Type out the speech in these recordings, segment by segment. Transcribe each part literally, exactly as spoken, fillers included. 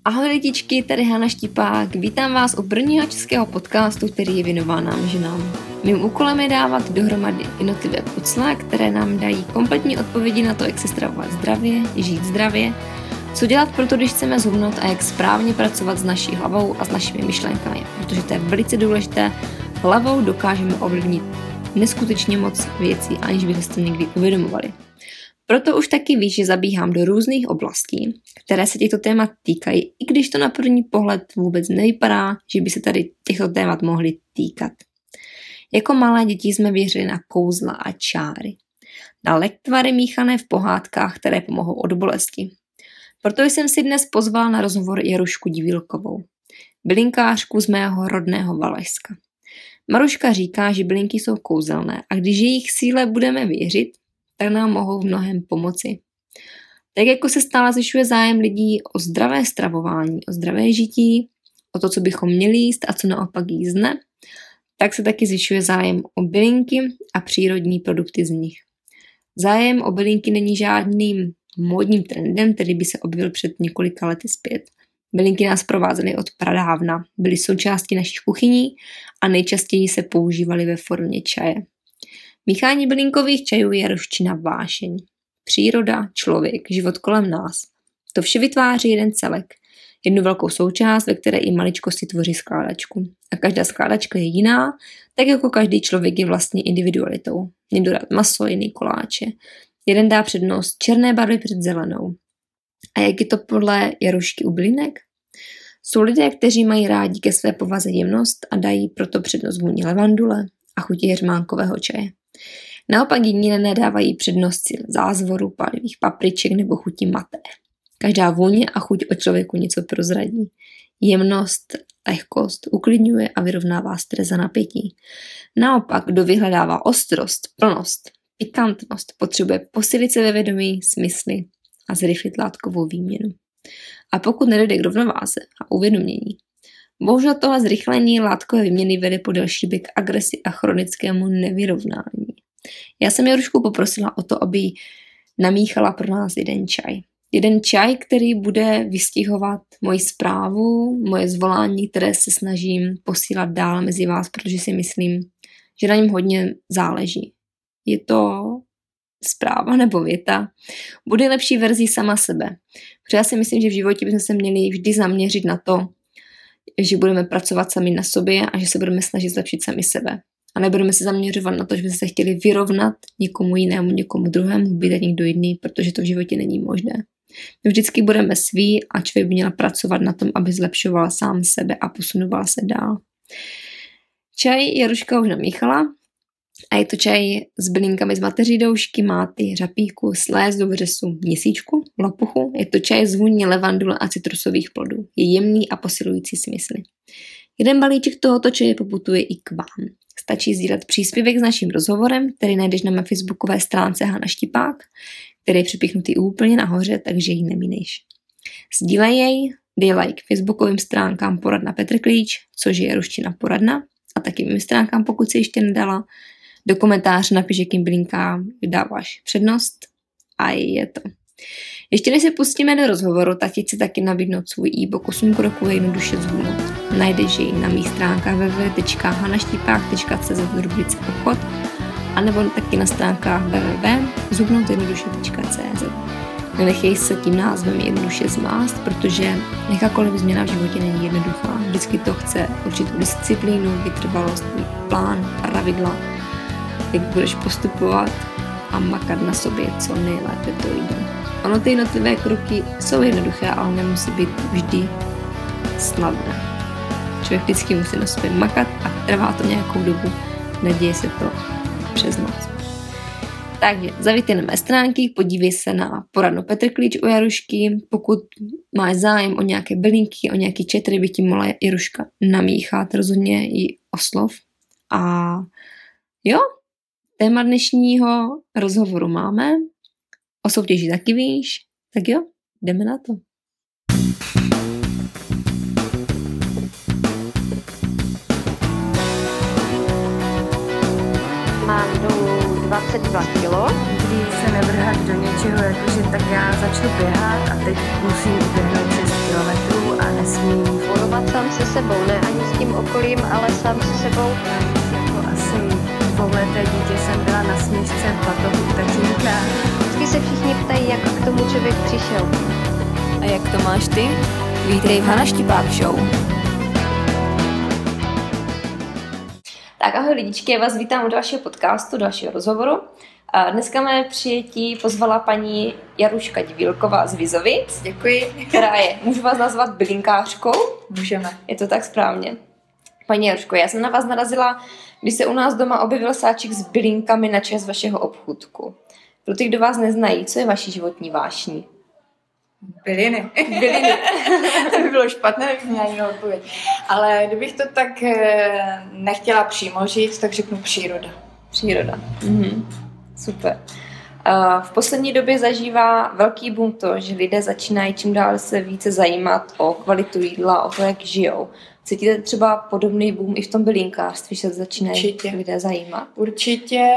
Ahoj lidičky, tady Hana Štipák. Vítám vás u prvního českého podcastu, který je věnován nám ženám. Mým úkolem je dávat dohromady jednotlivé pucle, které nám dají kompletní odpovědi na to, jak se stravovat zdravě, žít zdravě, co dělat pro to, když chceme zhubnout a jak správně pracovat s naší hlavou a s našimi myšlenkami, protože to je velice důležité. Hlavou dokážeme ovlivnit neskutečně moc věcí, aniž byste to někdy uvědomovali. Proto už taky víš, že zabíhám do různých oblastí, které se těchto témat týkají, i když to na první pohled vůbec nevypadá, že by se tady těchto témat mohly týkat. Jako malé děti jsme věřili na kouzla a čáry, na lektvary míchané v pohádkách, které pomohou od bolesti. Proto jsem si dnes pozval na rozhovor Jarušku Divílkovou, bylinkářku z mého rodného Valašska. Maruška říká, že bylinky jsou kouzelné a když jejich síle budeme věřit, tak nám mohou v mnohem pomoci. Tak jako se stále zvyšuje zájem lidí o zdravé stravování, o zdravé žití, o to, co bychom měli jíst a co naopak jíst ne, tak se taky zvyšuje zájem o bylinky a přírodní produkty z nich. Zájem o bylinky není žádným módním trendem, který by se objevil před několika lety zpět. Bylinky nás provázely od pradávna, byly součástí našich kuchyní a nejčastěji se používaly ve formě čaje. Míchání bylinkových čajů je Jaruščina vášeň. Příroda, člověk, život kolem nás. To vše vytváří jeden celek. Jednu velkou součást, ve které i maličkosti tvoří skládačku. A každá skládačka je jiná, tak jako každý člověk je vlastně individualitou. Někdo rád maso, jiný koláče. Jeden dá přednost černé barvy před zelenou. A jak je to podle Jarušky u bylinek? Jsou lidé, kteří mají rádi ke své povaze jemnost a dají proto přednost vůni levandule a chuti heřmánkového čaje. Naopak jiní nedávají přednost zázvoru, pálivých papriček nebo chuti maté. Každá vůně a chuť o člověku něco prozradí. Jemnost, lehkost uklidňuje a vyrovnává stres a napětí. Naopak, kdo vyhledává ostrost, plnost, pikantnost, potřebuje posilit se ve vědomí, smysly a zrychlit látkovou výměnu. A pokud nedojde k rovnováze a uvědomění, bohužel tohle zrychlení látkové výměny vede po delší dobu k agresi a chronickému nevyrovnání. Já jsem Jarušku poprosila o to, aby namíchala pro nás jeden čaj. Jeden čaj, který bude vystihovat moji zprávu, moje zvolání, které se snažím posílat dál mezi vás, protože si myslím, že na něm hodně záleží. Je to zpráva nebo věta, bude lepší verzí sama sebe. Protože já si myslím, že v životě bychom se měli vždy zaměřit na to, že budeme pracovat sami na sobě a že se budeme snažit zlepšit sami sebe. A nebudeme se zaměřovat na to, že bychom se chtěli vyrovnat někomu jinému, někomu druhému, být někdo jiný, protože to v životě není možné. My vždycky budeme sví a člověk by měl pracovat na tom, aby zlepšoval sám sebe a posunoval se dál. Čaj Jaruška už namíchala a je to čaj s bylinkami z mateří doušky, máty, řapíku, slézu, vřesu, měsíčku, lopuchu. Je to čaj z vůně levandule a citrusových plodů. Je jemný a posilující smysly. Jeden balíček tohoto čaje poputuje i k vám. Stačí sdílet příspěvek s naším rozhovorem, který najdeš na mé facebookové stránce Hana Štipák, který je připichnutý úplně nahoře, takže ji nemíneš. Sdílej jej, dej like facebookovým stránkám Poradna Petr Klíč, což je Jaruščina poradna, a taky mým stránkám, pokud si ještě nedala. Do komentáře napiš, jakým bylinkám dáváš přednost a je to. Ještě než se pustíme do rozhovoru, tak ti chci taky nabídnout svůj e-book osm kroků jednoduše zhubnout. Najdeš jej na mých stránkách w w w tečka hana štipák tečka c z v rubrice obchod anebo taky na stránkách w w w tečka zhubnout jednoduše tečka c z. Nenechej se tím názvem jednoduše zmást, protože jakákoliv změna v životě není jednoduchá. Vždycky to chce určitou disciplínu, vytrvalost, plán, pravidla, jak budeš postupovat a makat na sobě, co nejlépe to jde. Ono ty jednotlivé kroky jsou jednoduché, ale nemusí být vždy snadné. Člověk vždycky musí na sobě makat a trvá to nějakou dobu, neděje se to přes noc. Takže zavíte na mé stránky, podívej se na poradnu Petr Klíč u Jarušky, pokud máš zájem o nějaké bylinky, o nějaký čaj, který by ti mohla Jaruška namíchat, rozhodně ji oslov. A jo, téma dnešního rozhovoru máme, o soutěži taky víš, tak jo, jdeme na to. Mám dolů dvacet dva kilo. Když se nevrhat do něčeho, jakože tak já začnu běhat a teď musím uběhnout šest kilometrů a sebou, ne ani s tím okolím, ale sám se sebou. Jako asi dvouleté dítě jsem byla na snížce v batohu tatínka. Vždycky se všichni ptají, jak k tomu člověk přišel. A jak to máš ty? Vítej v Hana Štipák Show. Tak ahoj lidičky, já vás vítám u dalšího podcastu, dalšího rozhovoru. A dneska mé přijetí pozvala paní Jaruška Divílková z Vizovic. Děkuji. Která je, můžu vás nazvat bylinkářkou? Můžeme. Je to tak správně. Paní Jaruško, já jsem na vás narazila, když se u nás doma objevil sáček s bylinkami na čas vašeho obchůdku. Pro ty, kdo vás neznají, co je vaší životní vášní? Byliny. Byliny. To by bylo špatné, kdybych měla jinou odpověď. Ale kdybych to tak nechtěla přímo říct, tak řeknu příroda. Příroda. Mhm. Super. V poslední době zažívá velký boom to, že lidé začínají čím dál se více zajímat o kvalitu jídla, o to, jak žijou. Cítíte třeba podobný boom i v tom bylinkářství, že se začínají Určitě. lidé zajímat? Určitě.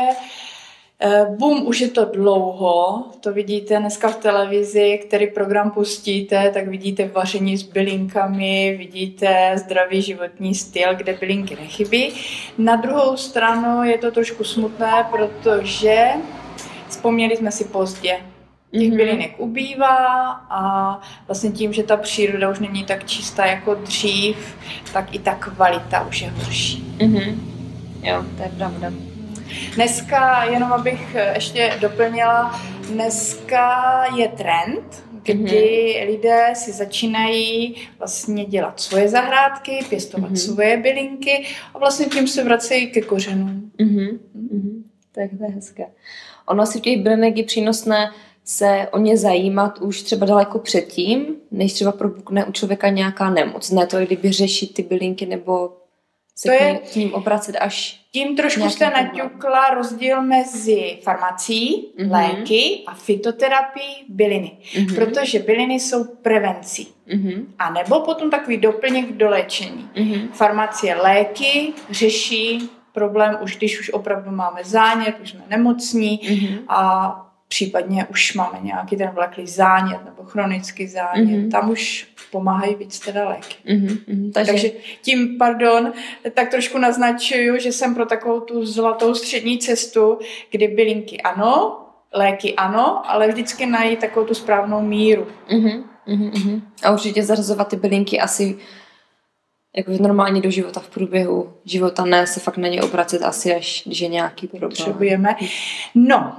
Boom už je to dlouho, to vidíte dneska v televizi, který program pustíte, tak vidíte vaření s bylinkami, vidíte zdravý životní styl, kde bylinky nechybí. Na druhou stranu je to trošku smutné, protože vzpomněli jsme si pozdě. Těch Mm-hmm. bylinek ubývá a vlastně tím, že ta příroda už není tak čistá jako dřív, tak i ta kvalita už je horší. Mm-hmm. Jo, to je pravda. Dneska, jenom abych ještě doplnila, dneska je trend, kdy mm-hmm. lidé si začínají vlastně dělat svoje zahrádky, pěstovat mm-hmm. svoje bylinky a vlastně tím se vracejí ke kořenům. Mm-hmm. Mm-hmm. Tak to je hezké. Ono asi v těch bylinek je přínosné se o ně zajímat už třeba daleko předtím, než třeba propukne u člověka nějaká nemoc. Ne to, kdyby řešit ty bylinky nebo se to k, je, k ním obracet až... Tím trošku jste naťukla rozdíl mezi farmací, mm-hmm. léky a fytoterapii byliny. Mm-hmm. Protože byliny jsou prevencí. Mm-hmm. A nebo potom takový doplněk do léčení. Mm-hmm. Farmacie léky řeší problém už, když už opravdu máme zánět, už jsme nemocní mm-hmm. a případně už máme nějaký ten vleklý zánět nebo chronický zánět. Mm-hmm. Tam už pomáhají víc teda léky. Mm-hmm. Takže... Takže tím, pardon, tak trošku naznačuju, že jsem pro takovou tu zlatou střední cestu, kdy bylinky ano, léky ano, ale vždycky najít takovou tu správnou míru. Mm-hmm. A určitě zařazovat ty bylinky asi jakože normálně do života v průběhu života, ne se fakt na ně obracet asi až, když je nějaký problém. Potřebujeme. No,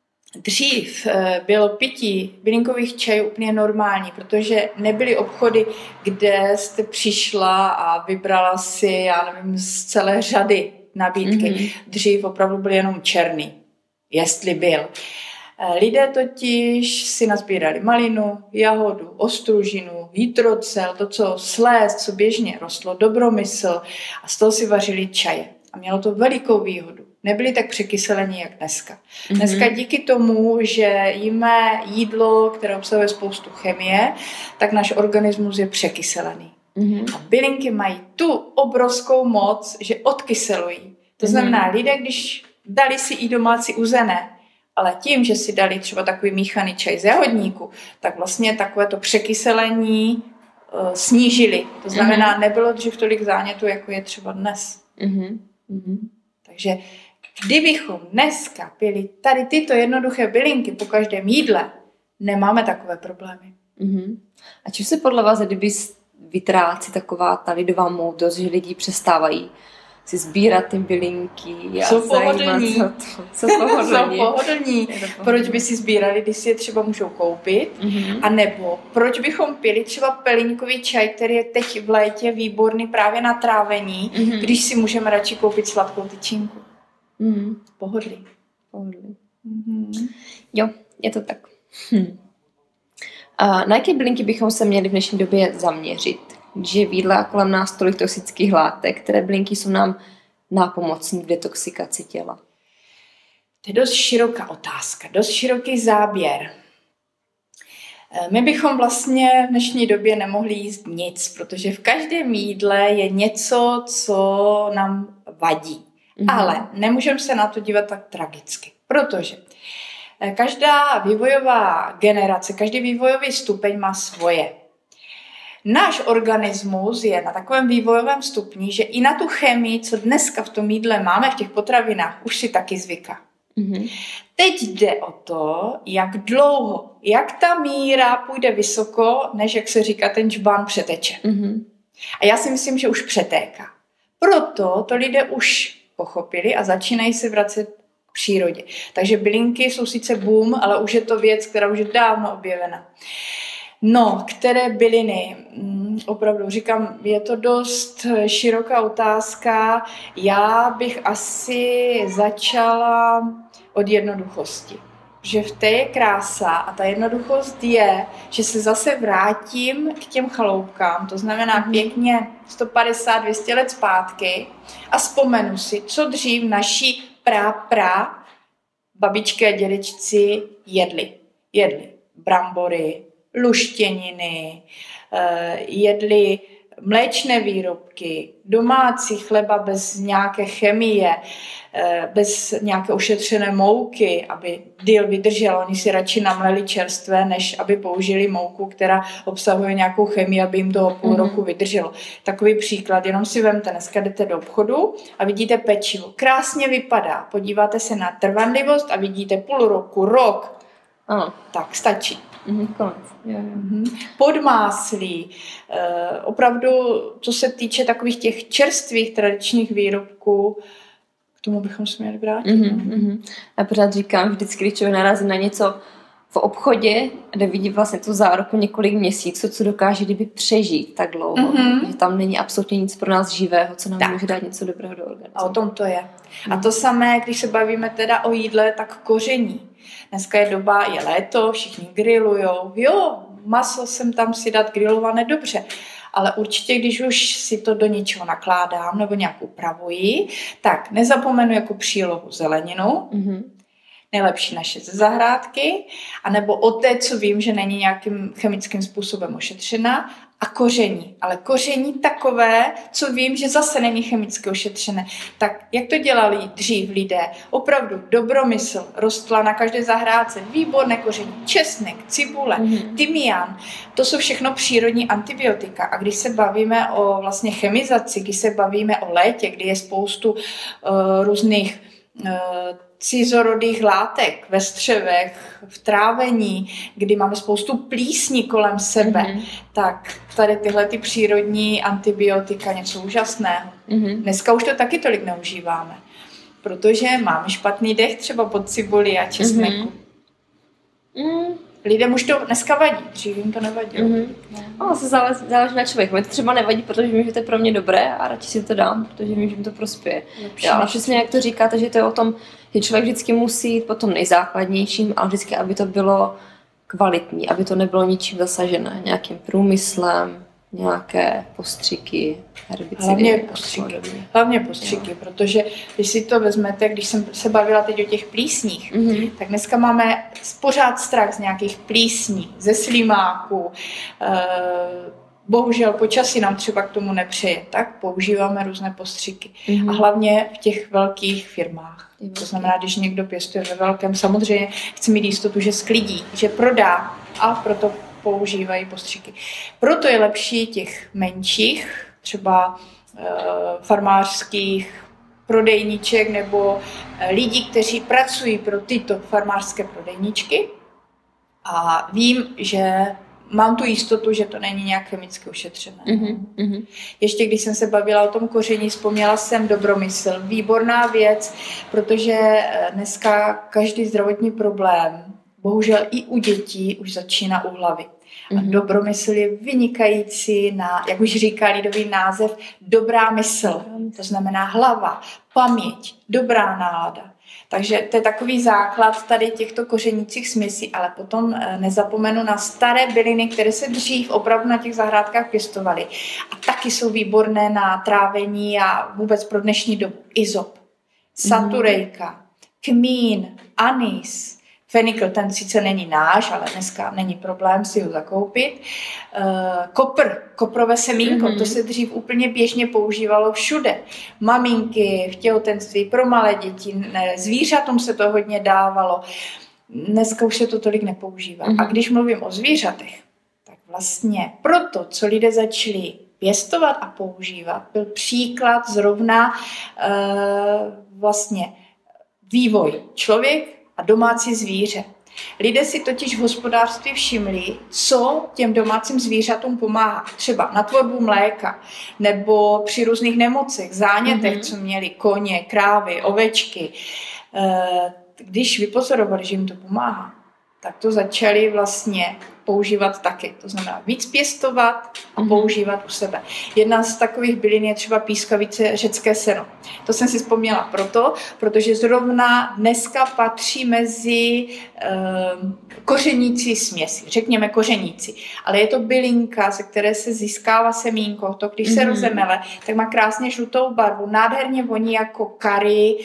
dřív bylo pití bylinkových čajů úplně normální, protože nebyly obchody, kde jste přišla a vybrala si, já nevím, z celé řady nabídky. Mm-hmm. Dřív opravdu byl jenom černý, jestli byl. Lidé totiž si nazbírali malinu, jahodu, ostružinu, jitrocel, to, co slést, co běžně rostlo, dobromysl a z toho si vařili čaje. A mělo to velikou výhodu. Nebyli tak překyselení, jak dneska. Mm-hmm. Dneska díky tomu, že jíme jídlo, které obsahuje spoustu chemie, tak náš organismus je překyselený. Mm-hmm. A bylinky mají tu obrovskou moc, že odkyselují. To znamená, mm-hmm. lidé, když dali si i domácí uzené, ale tím, že si dali třeba takový míchaný čaj z jahodníku, tak vlastně takové to překyselení uh, snížili. To znamená, mm-hmm. nebylo dřív tolik zánětu, jako je třeba dnes. Mm-hmm. Takže kdybychom dneska pili tady tyto jednoduché bylinky po každém jídle, nemáme takové problémy. Mm-hmm. A čím se podle vás, kdyby vytrácí taková ta lidová moudrost, že lidi přestávají si sbírat ty bylinky a jsou pohodlní. To. Jsou pohodlní. Jsou pohodlní. Proč by si sbírali, když si je třeba můžou koupit? Mm-hmm. A nebo proč bychom pili třeba pelínkový čaj, který je teď v létě výborný právě na trávení, mm-hmm. když si můžeme radši koupit sladkou tyčinku? Mm-hmm. Pohodlí. Pohodlí. Mm-hmm. Jo, je to tak. Hm. A na jaké bylinky bychom se měli v dnešní době zaměřit? Když je v jídle kolem nás tolik toxických látek, které bylinky jsou nám nápomocní v detoxikaci těla? To je dost široká otázka, dost široký záběr. My bychom vlastně v dnešní době nemohli jíst nic, protože v každém jídle je něco, co nám vadí. Mm-hmm. Ale nemůžeme se na to dívat tak tragicky, protože každá vývojová generace, každý vývojový stupeň má svoje. náš organismus je na takovém vývojovém stupni, že i na tu chemii, co dneska v tom jídle máme, v těch potravinách, už si taky zvyká. Mm-hmm. Teď jde o to, jak dlouho, jak ta míra půjde vysoko, než, jak se říká, ten džbán přeteče. Mm-hmm. A já si myslím, že už přetéká. Proto to lidé už pochopili a začínají se vracet k přírodě. Takže bylinky jsou sice boom, ale už je to věc, která už je dávno objevena. No, které byliny? Opravdu říkám, je to dost široká otázka. Já bych asi začala od jednoduchosti. Že v té je krása a ta jednoduchost je, že se zase vrátím k těm chaloupkám, to znamená pěkně sto padesát dvě stě let zpátky a vzpomenu si, co dřív naši prá, prá babičky a dědečci jedli. Jedli brambory, luštěniny, jedli mléčné výrobky, domácí chleba bez nějaké chemie, bez nějaké ošetřené mouky, aby díl vydržel. Oni si radši namleli čerstvé, než aby použili mouku, která obsahuje nějakou chemii, aby jim toho půl roku vydrželo. Takový příklad, jenom si vemte, dneska jdete do obchodu a vidíte pečivo. Krásně vypadá, podíváte se na trvanlivost a vidíte půl roku, rok. Ano. Tak stačí. Mhm, konec. Jo, jo. Podmáslí. E, opravdu, co se týče takových těch čerstvých tradičních výrobků, k tomu bychom se měli vrátit. Mm-hmm. Já pořád říkám, vždycky, když člověk narazí na něco v obchodě, kde vidí vlastně tu záruku několik měsíců, co dokáže kdyby přežít tak dlouho, mm-hmm. že tam není absolutně nic pro nás živého, co nám tak. může dát něco dobrého do organismu. A o tom to je. Mm. A to samé, když se bavíme teda o jídle, tak koření. Dneska je doba, je léto, všichni grillujou. Jo, maso jsem tam si dát grillované, dobře. Ale určitě, když už si to do něčeho nakládám nebo nějak upravuji, tak nezapomenu jako přílohu zeleninu, mm-hmm. nejlepší naše ze zahrádky, anebo o té, co vím, že není nějakým chemickým způsobem ošetřena, a koření. Ale koření takové, co vím, že zase není chemicky ošetřené. Tak jak to dělali dřív lidé? Opravdu dobromysl rostla na každé zahrádce. Výborné koření. Česnek, cibule, mm-hmm. tymián. To jsou všechno přírodní antibiotika. A když se bavíme o vlastně chemizaci, když se bavíme o létě, kdy je spoustu uh, různých uh, cizorodých látek ve střevech, v trávení, kdy máme spoustu plísní kolem sebe, mm-hmm. tak tady tyhle ty přírodní antibiotika, něco úžasného. Mm-hmm. Dneska už to taky tolik neužíváme, protože máme špatný dech třeba pod cibuli a česneku. Mm-hmm. Lidem už to dneska vadí, dřív jim to nevadilo. Mm-hmm. No, ale se záleží, záleží na člověku. Mě to třeba nevadí, protože vím, že to je pro mě dobré a radši si to dám, protože vím, že mi to prospěje. Jo, ale přesně jak to říkáte, že to je o tom, že člověk vždycky musí jít po tom nejzákladnějším, ale vždycky, aby to bylo kvalitní, aby to nebylo ničím zasažené, nějakým průmyslem, nějaké postřiky, herbicidy. Hlavně postřiky, hlavně postřiky, jo. Protože když si to vezmete, když jsem se bavila teď o těch plísních, mm-hmm. tak dneska máme pořád strach z nějakých plísní, ze slimáků, e, bohužel počasí nám třeba k tomu nepřeje, tak používáme různé postřiky. Mm-hmm. A hlavně v těch velkých firmách. Mm-hmm. To znamená, když někdo pěstuje ve velkém, samozřejmě chce mít jistotu, že sklidí, že prodá a proto používají postřiky. Proto je lepší těch menších, třeba e, farmářských prodejníček nebo e, lidí, kteří pracují pro tyto farmářské prodejníčky. A vím, že mám tu jistotu, že to není nějak chemicky ošetřené. Mm-hmm. Ještě když jsem se bavila o tom koření, vzpomněla jsem dobromysl. Výborná věc, protože dneska každý zdravotní problém, bohužel i u dětí, už začíná u hlavy. A mm-hmm. dobromysl je vynikající na, jak už říká lidový název, dobrá mysl. To znamená hlava, paměť, dobrá nálada. Takže to je takový základ tady těchto kořenících směsí, ale potom nezapomenu na staré byliny, které se dřív opravdu na těch zahrádkách pěstovaly. A taky jsou výborné na trávení a vůbec pro dnešní dobu. Izop, saturejka, kmín, anýs, fenikl, ten sice není náš, ale dneska není problém si ho zakoupit. Uh, kopr, koprové semínko, mm-hmm. to se dřív úplně běžně používalo všude. Maminky v těhotenství, pro malé děti, ne, zvířatům se to hodně dávalo. Dneska už se to tolik nepoužívá. Mm-hmm. A když mluvím o zvířatech, tak v vlastně proto, co lidé začali pěstovat a používat, byl příklad zrovna e, vlastně vývoj člověk a domácí zvíře. Lidé si totiž v hospodářství všimli, co těm domácím zvířatům pomáhá. Třeba na tvorbu mléka, nebo při různých nemocech, zánětech, mm-hmm. co měli koně, krávy, ovečky. Když vypozorovali, že jim to pomáhá, tak to začali vlastně používat taky. To znamená víc pěstovat a používat u sebe. Jedna z takových bylin je třeba pískavice řecké seno. To jsem si vzpomněla proto, protože zrovna dneska patří mezi e, kořenící směsi. Řekněme kořenící. Ale je to bylinka, ze které se získává semínko. To, když se mm-hmm. rozemele, tak má krásně žlutou barvu. Nádherně voní jako kari,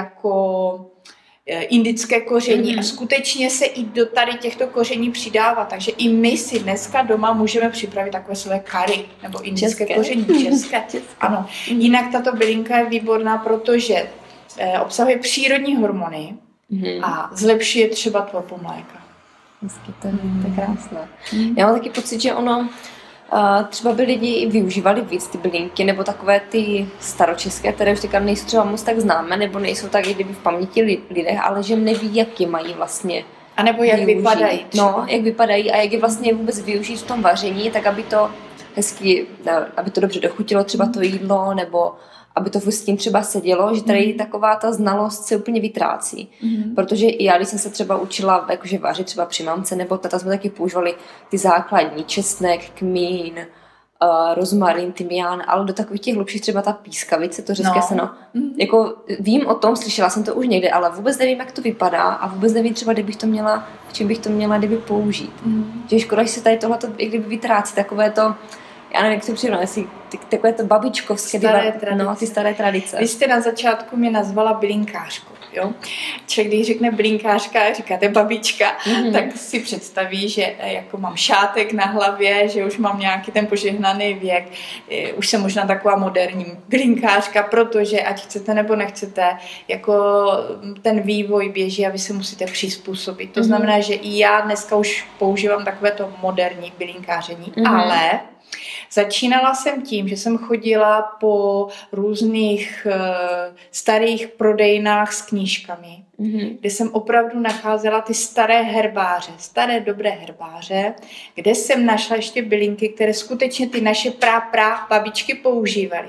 jako indické koření mm. a skutečně se i do tady těchto koření přidává. Takže i my si dneska doma můžeme připravit takové své kari nebo indické české. koření. České. české. Ano. Mm. Jinak tato bylinka je výborná, protože eh, obsahuje přírodní hormony mm. a zlepšuje třeba tvorbu mléka. Hezky, to, mm. to je krásné. Mm. Já mám taky pocit, že ono Uh, třeba by lidi využívali víc ty bylinky, nebo takové ty staročeské, které už teďka nejsou třeba moc tak známé, nebo nejsou tak kdyby v paměti lidé, ale že neví, jak je mají vlastně. A nebo jak využít. vypadají. Třeba. No, jak vypadají a jak je vlastně vůbec využít v tom vaření, tak aby to hezky, aby to dobře dochutilo třeba to jídlo, nebo aby to s tím třeba sedělo, že tady taková ta znalost se úplně vytrácí. Mm-hmm. Protože i já, když jsem se třeba učila jakože vařit třeba při mamce, nebo tata jsme taky používali ty základní, česnek, kmín, uh, rozmarín, tymián, ale do takových těch hlubších třeba ta pískavice, to řecké no. seno. Mm-hmm. Jako vím o tom, slyšela jsem to už někde, ale vůbec nevím, jak to vypadá a vůbec nevím třeba, kdybych to měla, čím bych to měla kdyby použít. Mm-hmm. Že škoda, že se tady tohleto kdyby vytrácí, takové to, já nevím, jak to přijde, jestli takové to babičkovské, staré ty, no, ty staré tradice. Vy jste na začátku mě nazvala bylinkářku, jo? Člověk, když řekne bylinkářka, říkáte babička, mm-hmm. tak si představí, že jako mám šátek na hlavě, že už mám nějaký ten požehnaný věk, už jsem možná taková moderní bylinkářka, protože ať chcete nebo nechcete, jako ten vývoj běží a vy se musíte přizpůsobit. To mm-hmm. znamená, že i já dneska už používám takové to moderní bylinkáření, mm-hmm. ale začínala jsem tím, že jsem chodila po různých uh, starých prodejnách s knížkami, mm-hmm. kde jsem opravdu nacházela ty staré herbáře, staré dobré herbáře, kde jsem našla ještě bylinky, které skutečně ty naše prá, prá babičky používaly.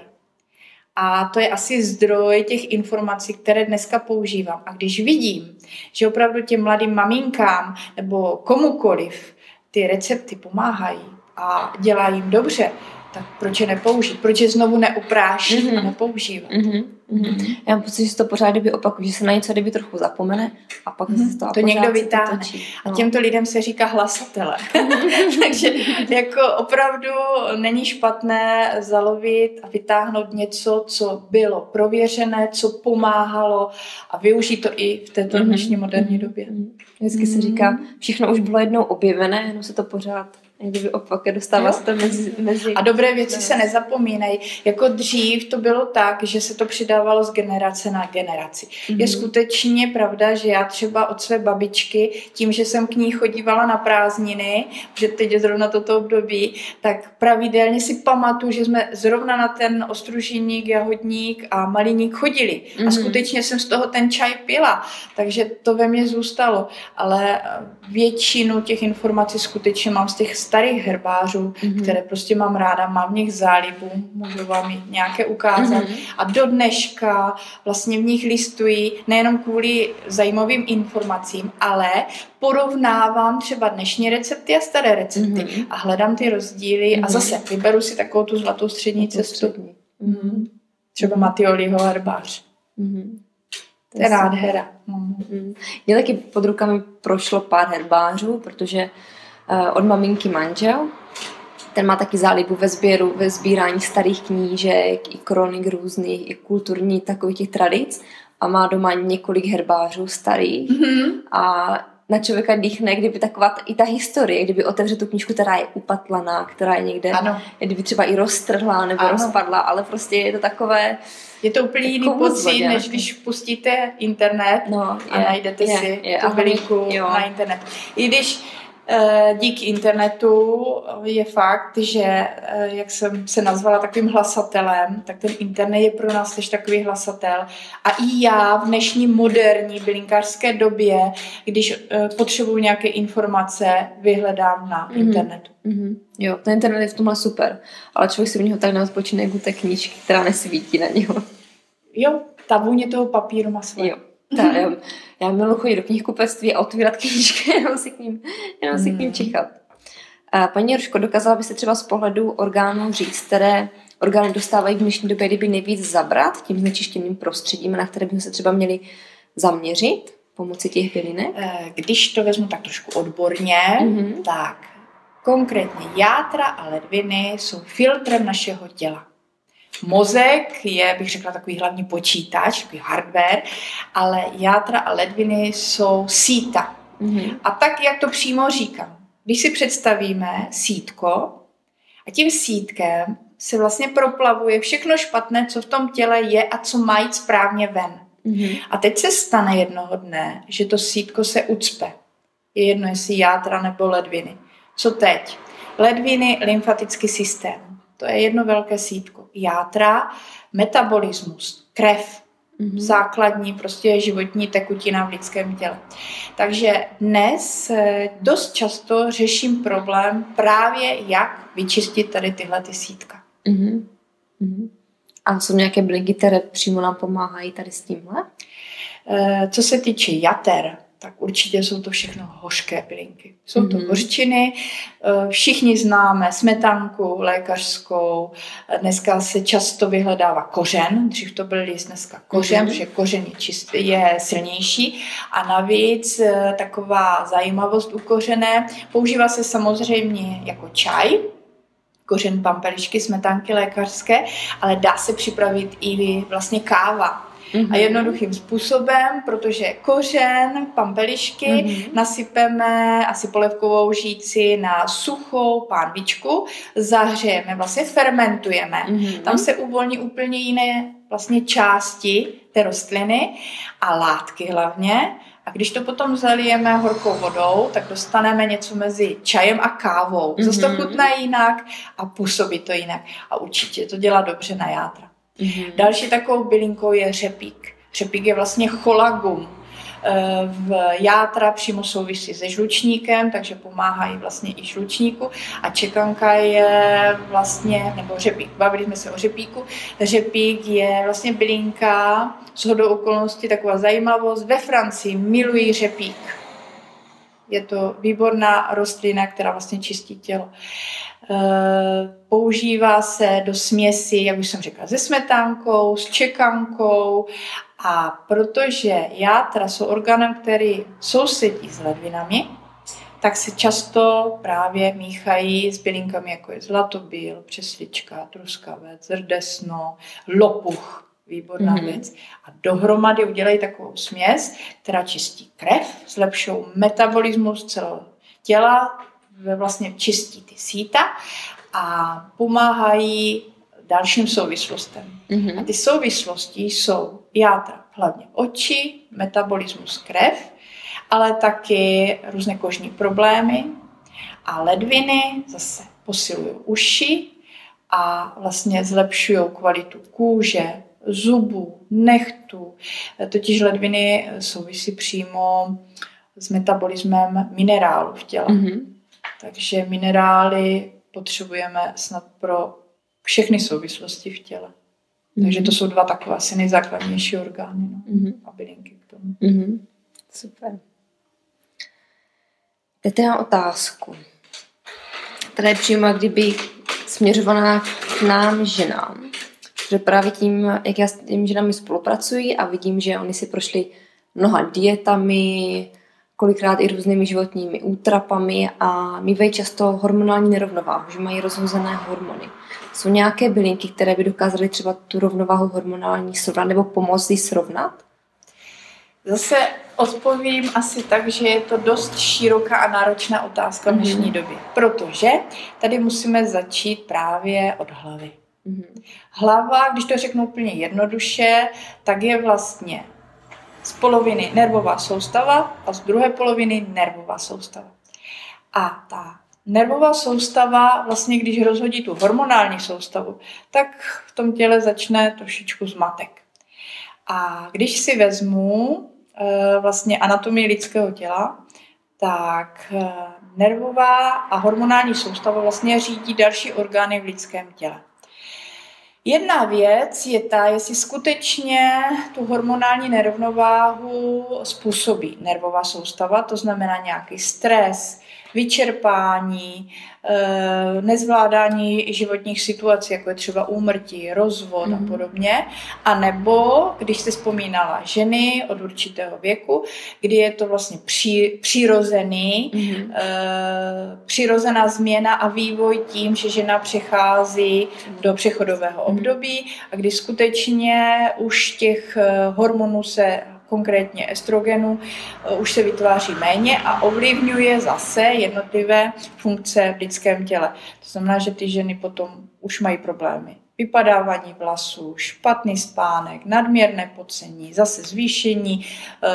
A to je asi zdroj těch informací, které dneska používám. A když vidím, že opravdu těm mladým maminkám nebo komukoliv ty recepty pomáhají, a dělá jim dobře, tak proč je nepoužít? Proč je znovu neuprášit mm-hmm. a nepoužívat? Mm-hmm. Mm-hmm. Já mám pocit, že to pořád kdyby opakuje, že se na něco kdyby trochu zapomene a pak mm-hmm. se to, to někdo vytáhne. No. A těmto lidem se říká hlasatele. Takže jako opravdu není špatné zalovit a vytáhnout něco, co bylo prověřené, co pomáhalo a využít to i v této mm-hmm. dnešní moderní době. Mm-hmm. Vždycky mm-hmm. se říká, všechno už bylo jednou objevené, jenom se to pořád kdyby opak dostává se to mezi, mezi... A dobré věci se nezapomínají. Jako dřív to bylo tak, že se to přidávalo z generace na generaci. Mm-hmm. Je skutečně pravda, že já třeba od své babičky, tím, že jsem k ní chodívala na prázdniny, že teď je zrovna toto období, tak pravidelně si pamatuju, že jsme zrovna na ten ostružník, jahodník a maliník chodili. Mm-hmm. A skutečně jsem z toho ten čaj pila. Takže to ve mně zůstalo. Ale většinu těch informací skutečně mám z těch starých herbářů, mm-hmm. které prostě mám ráda, mám v nich zálibu, můžu vám je nějaké ukázat. Mm-hmm. A do dneška vlastně v nich listuji nejenom kvůli zajímavým informacím, ale porovnávám třeba dnešní recepty a staré recepty mm-hmm. a hledám ty rozdíly mm-hmm. a zase vyberu si takovou tu zlatou střední Zlatou cestu. Střední. Mm-hmm. Třeba Matioliho herbář. Mm-hmm. To je nádhera. Mm-hmm. Mě taky pod rukami prošlo pár herbářů, protože od maminky manžel. Ten má taky zálibu ve sběru, ve sbírání starých knížek, i kronik různých, i kulturní takových těch tradic a má doma několik herbářů starých mm-hmm. a na člověka dýchne, kdyby taková t- i ta historie, kdyby otevře tu knížku, která je upatlaná, která je někde, ano. kdyby třeba i roztrhla nebo ano. rozpadla, ale prostě je to takové... Je to úplně jiný pocit, než když pustíte internet no, a je, najdete je, si je, tu bylinku na internetu. I když Díky internetu je fakt, že jak jsem se nazvala takovým hlasatelem, tak ten internet je pro nás tež takový hlasatel. A i já v dnešní moderní bylinkářské době, když potřebuji nějaké informace, vyhledám na mm-hmm. internetu. Mm-hmm. Jo, ten internet je v tomhle super, ale člověk si v něho tak neodpočíne jako té knížky, která nesvítí na něho. Jo, ta vůně toho papíru má svoje. Jo. Ta, já, já miluji chodit do knihkupectví a otvírat knížky, jenom si k ním, jenom si k ním čichat. A paní Ruško, dokázala byste třeba z pohledu orgánů říct, které orgány dostávají v dnešní době, kdyby nejvíc zabrat tím znečištěným prostředím, na které bychom se třeba měli zaměřit pomocí těch bylinek? Když to vezmu tak trošku odborně, mm-hmm. tak konkrétně játra a ledviny jsou filtrem našeho těla. Mozek je, bych řekla, takový hlavní počítač, takový hardware, ale játra a ledviny jsou síta. Mm-hmm. A tak, jak to přímo říkám, když si představíme sítko a tím sítkem se vlastně proplavuje všechno špatné, co v tom těle je a co má jít správně ven. Mm-hmm. A teď se stane jednoho dne, že to sítko se ucpe. Je jedno, jestli játra nebo ledviny. Co teď? Ledviny, lymfatický systém. To je jedno velké sítko. Játra, metabolismus, krev, mm-hmm. základní prostě životní tekutina v lidském těle. Takže dnes dost často řeším problém právě, jak vyčistit tady tyhle ty sítka. Mm-hmm. Mm-hmm. A jsou nějaké bylinky, které přímo nám pomáhají tady s tímhle? Co se týče jater, tak určitě jsou to všechno hořké bylinky. Jsou mm-hmm. to hořčiny, všichni známe smetanku lékařskou, dneska se často vyhledává kořen, dřív to byl list, dneska kořen, mm-hmm. protože kořen je, čistý, je silnější a navíc taková zajímavost u kořené, používá se samozřejmě jako čaj, kořen pampelišky, smetanky lékařské, ale dá se připravit i vlastně káva. Mm-hmm. A jednoduchým způsobem, protože kořen, pampelišky mm-hmm. nasypeme asi polévkovou žíci na suchou pánvičku, zahřejeme, vlastně fermentujeme. Mm-hmm. Tam se uvolní úplně jiné vlastně části té rostliny a látky hlavně. A když to potom zalijeme horkou vodou, tak dostaneme něco mezi čajem a kávou. Mm-hmm. Zase to chutná jinak a působí to jinak. A určitě to dělá dobře na játra. Mm-hmm. Další takovou bylinkou je řepík. Řepík je vlastně cholagum. V játra přímo souvisí se žlučníkem, takže pomáhají vlastně i žlučníku. A čekanka je vlastně, nebo řepík, bavili jsme se o řepíku. Řepík je vlastně bylinka, shodou okolností taková zajímavost. Ve Francii milují řepík. Je to výborná rostlina, která vlastně čistí tělo. Používá se do směsi, jak už jsem řekla, se smetánkou, s čekankou a protože játra jsou orgánem, který sousedí s ledvinami, tak se často právě míchají s bylinkami, jako je zlatobíl, přeslička, truskavec, rdesno, lopuch, výborná mm-hmm. věc. A dohromady udělají takovou směs, která čistí krev, zlepšují metabolismus celého těla, vlastně čistí ty síta a pomáhají dalším souvislostem. Mm-hmm. A ty souvislosti jsou játra, hlavně oči, metabolismus krev, ale taky různé kožní problémy a ledviny zase posilují uši a vlastně zlepšují kvalitu kůže, zubů, nechtů. Totiž ledviny souvisí přímo s metabolismem minerálu v těle. Mm-hmm. Takže minerály potřebujeme snad pro všechny souvislosti v těle. Mm-hmm. Takže to jsou dva takové asi nejzákladnější orgány no, mm-hmm. a bylinky k tomu. Mm-hmm. Super. Teď mám otázku, která je přímo kdyby směřovaná k nám ženám. Že právě tím, jak já s těmi ženami spolupracuji a vidím, že oni si prošli mnoha dietami, kolikrát i různými životními útrapami a mývají často hormonální nerovnováhu, že mají rozhozené hormony. Jsou nějaké bylinky, které by dokázaly třeba tu rovnováhu hormonální srovnat nebo pomoct jí srovnat? Zase odpovím asi tak, že je to dost široká a náročná otázka v dnešní mm-hmm. době, protože tady musíme začít právě od hlavy. Mm-hmm. Hlava, když to řeknu úplně jednoduše, tak je vlastně z poloviny nervová soustava a z druhé poloviny nervová soustava. A ta nervová soustava, vlastně když rozhodí tu hormonální soustavu, tak v tom těle začne trošičku zmatek. A když si vezmu vlastně anatomii lidského těla, tak nervová a hormonální soustava vlastně řídí další orgány v lidském těle. Jedna věc je ta, jestli skutečně tu hormonální nerovnováhu způsobí nervová soustava, to znamená nějaký stres, vyčerpání, nezvládání životních situací, jako je třeba úmrtí, rozvod mm. a podobně. A nebo, když jste vzpomínala ženy od určitého věku, kdy je to vlastně při, přirozený, mm. e, přirozená změna a vývoj tím, že žena přechází mm. do přechodového mm. období a kdy skutečně už těch hormonů se konkrétně estrogenu, už se vytváří méně a ovlivňuje zase jednotlivé funkce v lidském těle. To znamená, že ty ženy potom už mají problémy. Vypadávání vlasů, špatný spánek, nadměrné pocení, zase zvýšení e,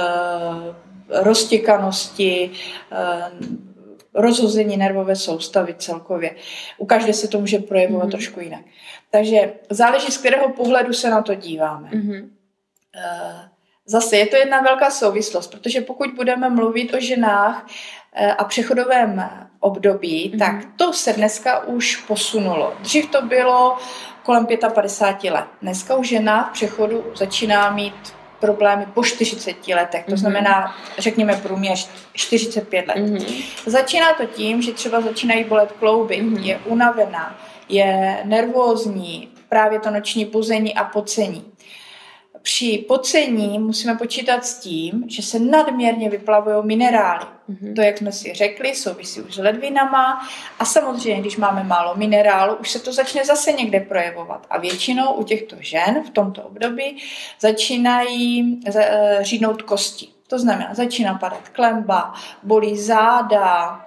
roztěkanosti, e, rozhození nervové soustavy celkově. U každé se to může projevovat mm-hmm. trošku jinak. Takže záleží, z kterého pohledu se na to díváme. Mm-hmm. E, Zase je to jedna velká souvislost, protože pokud budeme mluvit o ženách a přechodovém období, mm-hmm. tak to se dneska už posunulo. Dřív to bylo kolem padesát pět let. Dneska už žena v přechodu začíná mít problémy po čtyřiceti letech. To mm-hmm. znamená, řekněme průměr čtyřicet pět let. Mm-hmm. Začíná to tím, že třeba začínají bolet klouby, mm-hmm. je unavená, je nervózní, právě to noční buzení a pocení. Při pocení musíme počítat s tím, že se nadměrně vyplavují minerály. Mm-hmm. To, jak jsme si řekli, souvisí už s ledvinama a samozřejmě, když máme málo minerálu, už se to začne zase někde projevovat. A většinou u těchto žen v tomto období začínají řídnout kosti. To znamená, začíná padat klemba, bolí záda,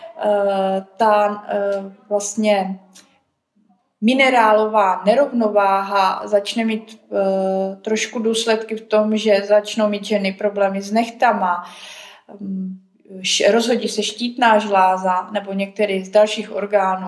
ta vlastně minerálová nerovnováha začne mít e, trošku důsledky v tom, že začnou mít ženy problémy s nechtama, š, rozhodí se štítná žláza nebo některý z dalších orgánů.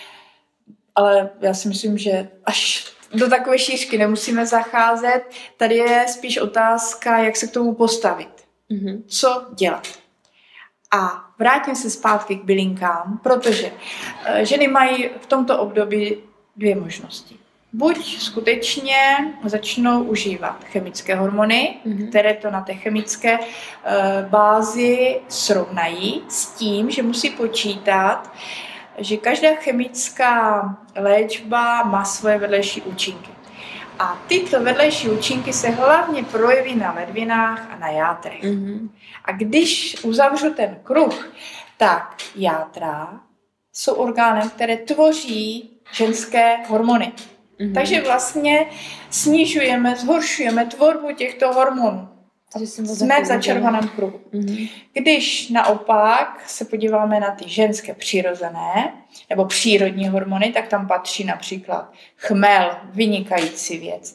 Ale já si myslím, že až do takové šířky nemusíme zacházet. Tady je spíš otázka, jak se k tomu postavit. Mm-hmm. Co dělat? A vrátím se zpátky k bylinkám, protože e, ženy mají v tomto období dvě možnosti. Buď skutečně začnou užívat chemické hormony, mm-hmm. které to na té chemické e, bázi srovnají s tím, že musí počítat, že každá chemická léčba má svoje vedlejší účinky. A tyto vedlejší účinky se hlavně projeví na ledvinách a na játrech. Mm-hmm. A když uzavřu ten kruh, tak játra jsou orgánem, které tvoří ženské hormony. Mm-hmm. Takže vlastně snižujeme, zhoršujeme tvorbu těchto hormonů. Jsme v začarovaném kruhu. Mm-hmm. Když naopak se podíváme na ty ženské přirozené nebo přírodní hormony, tak tam patří například chmel, vynikající věc,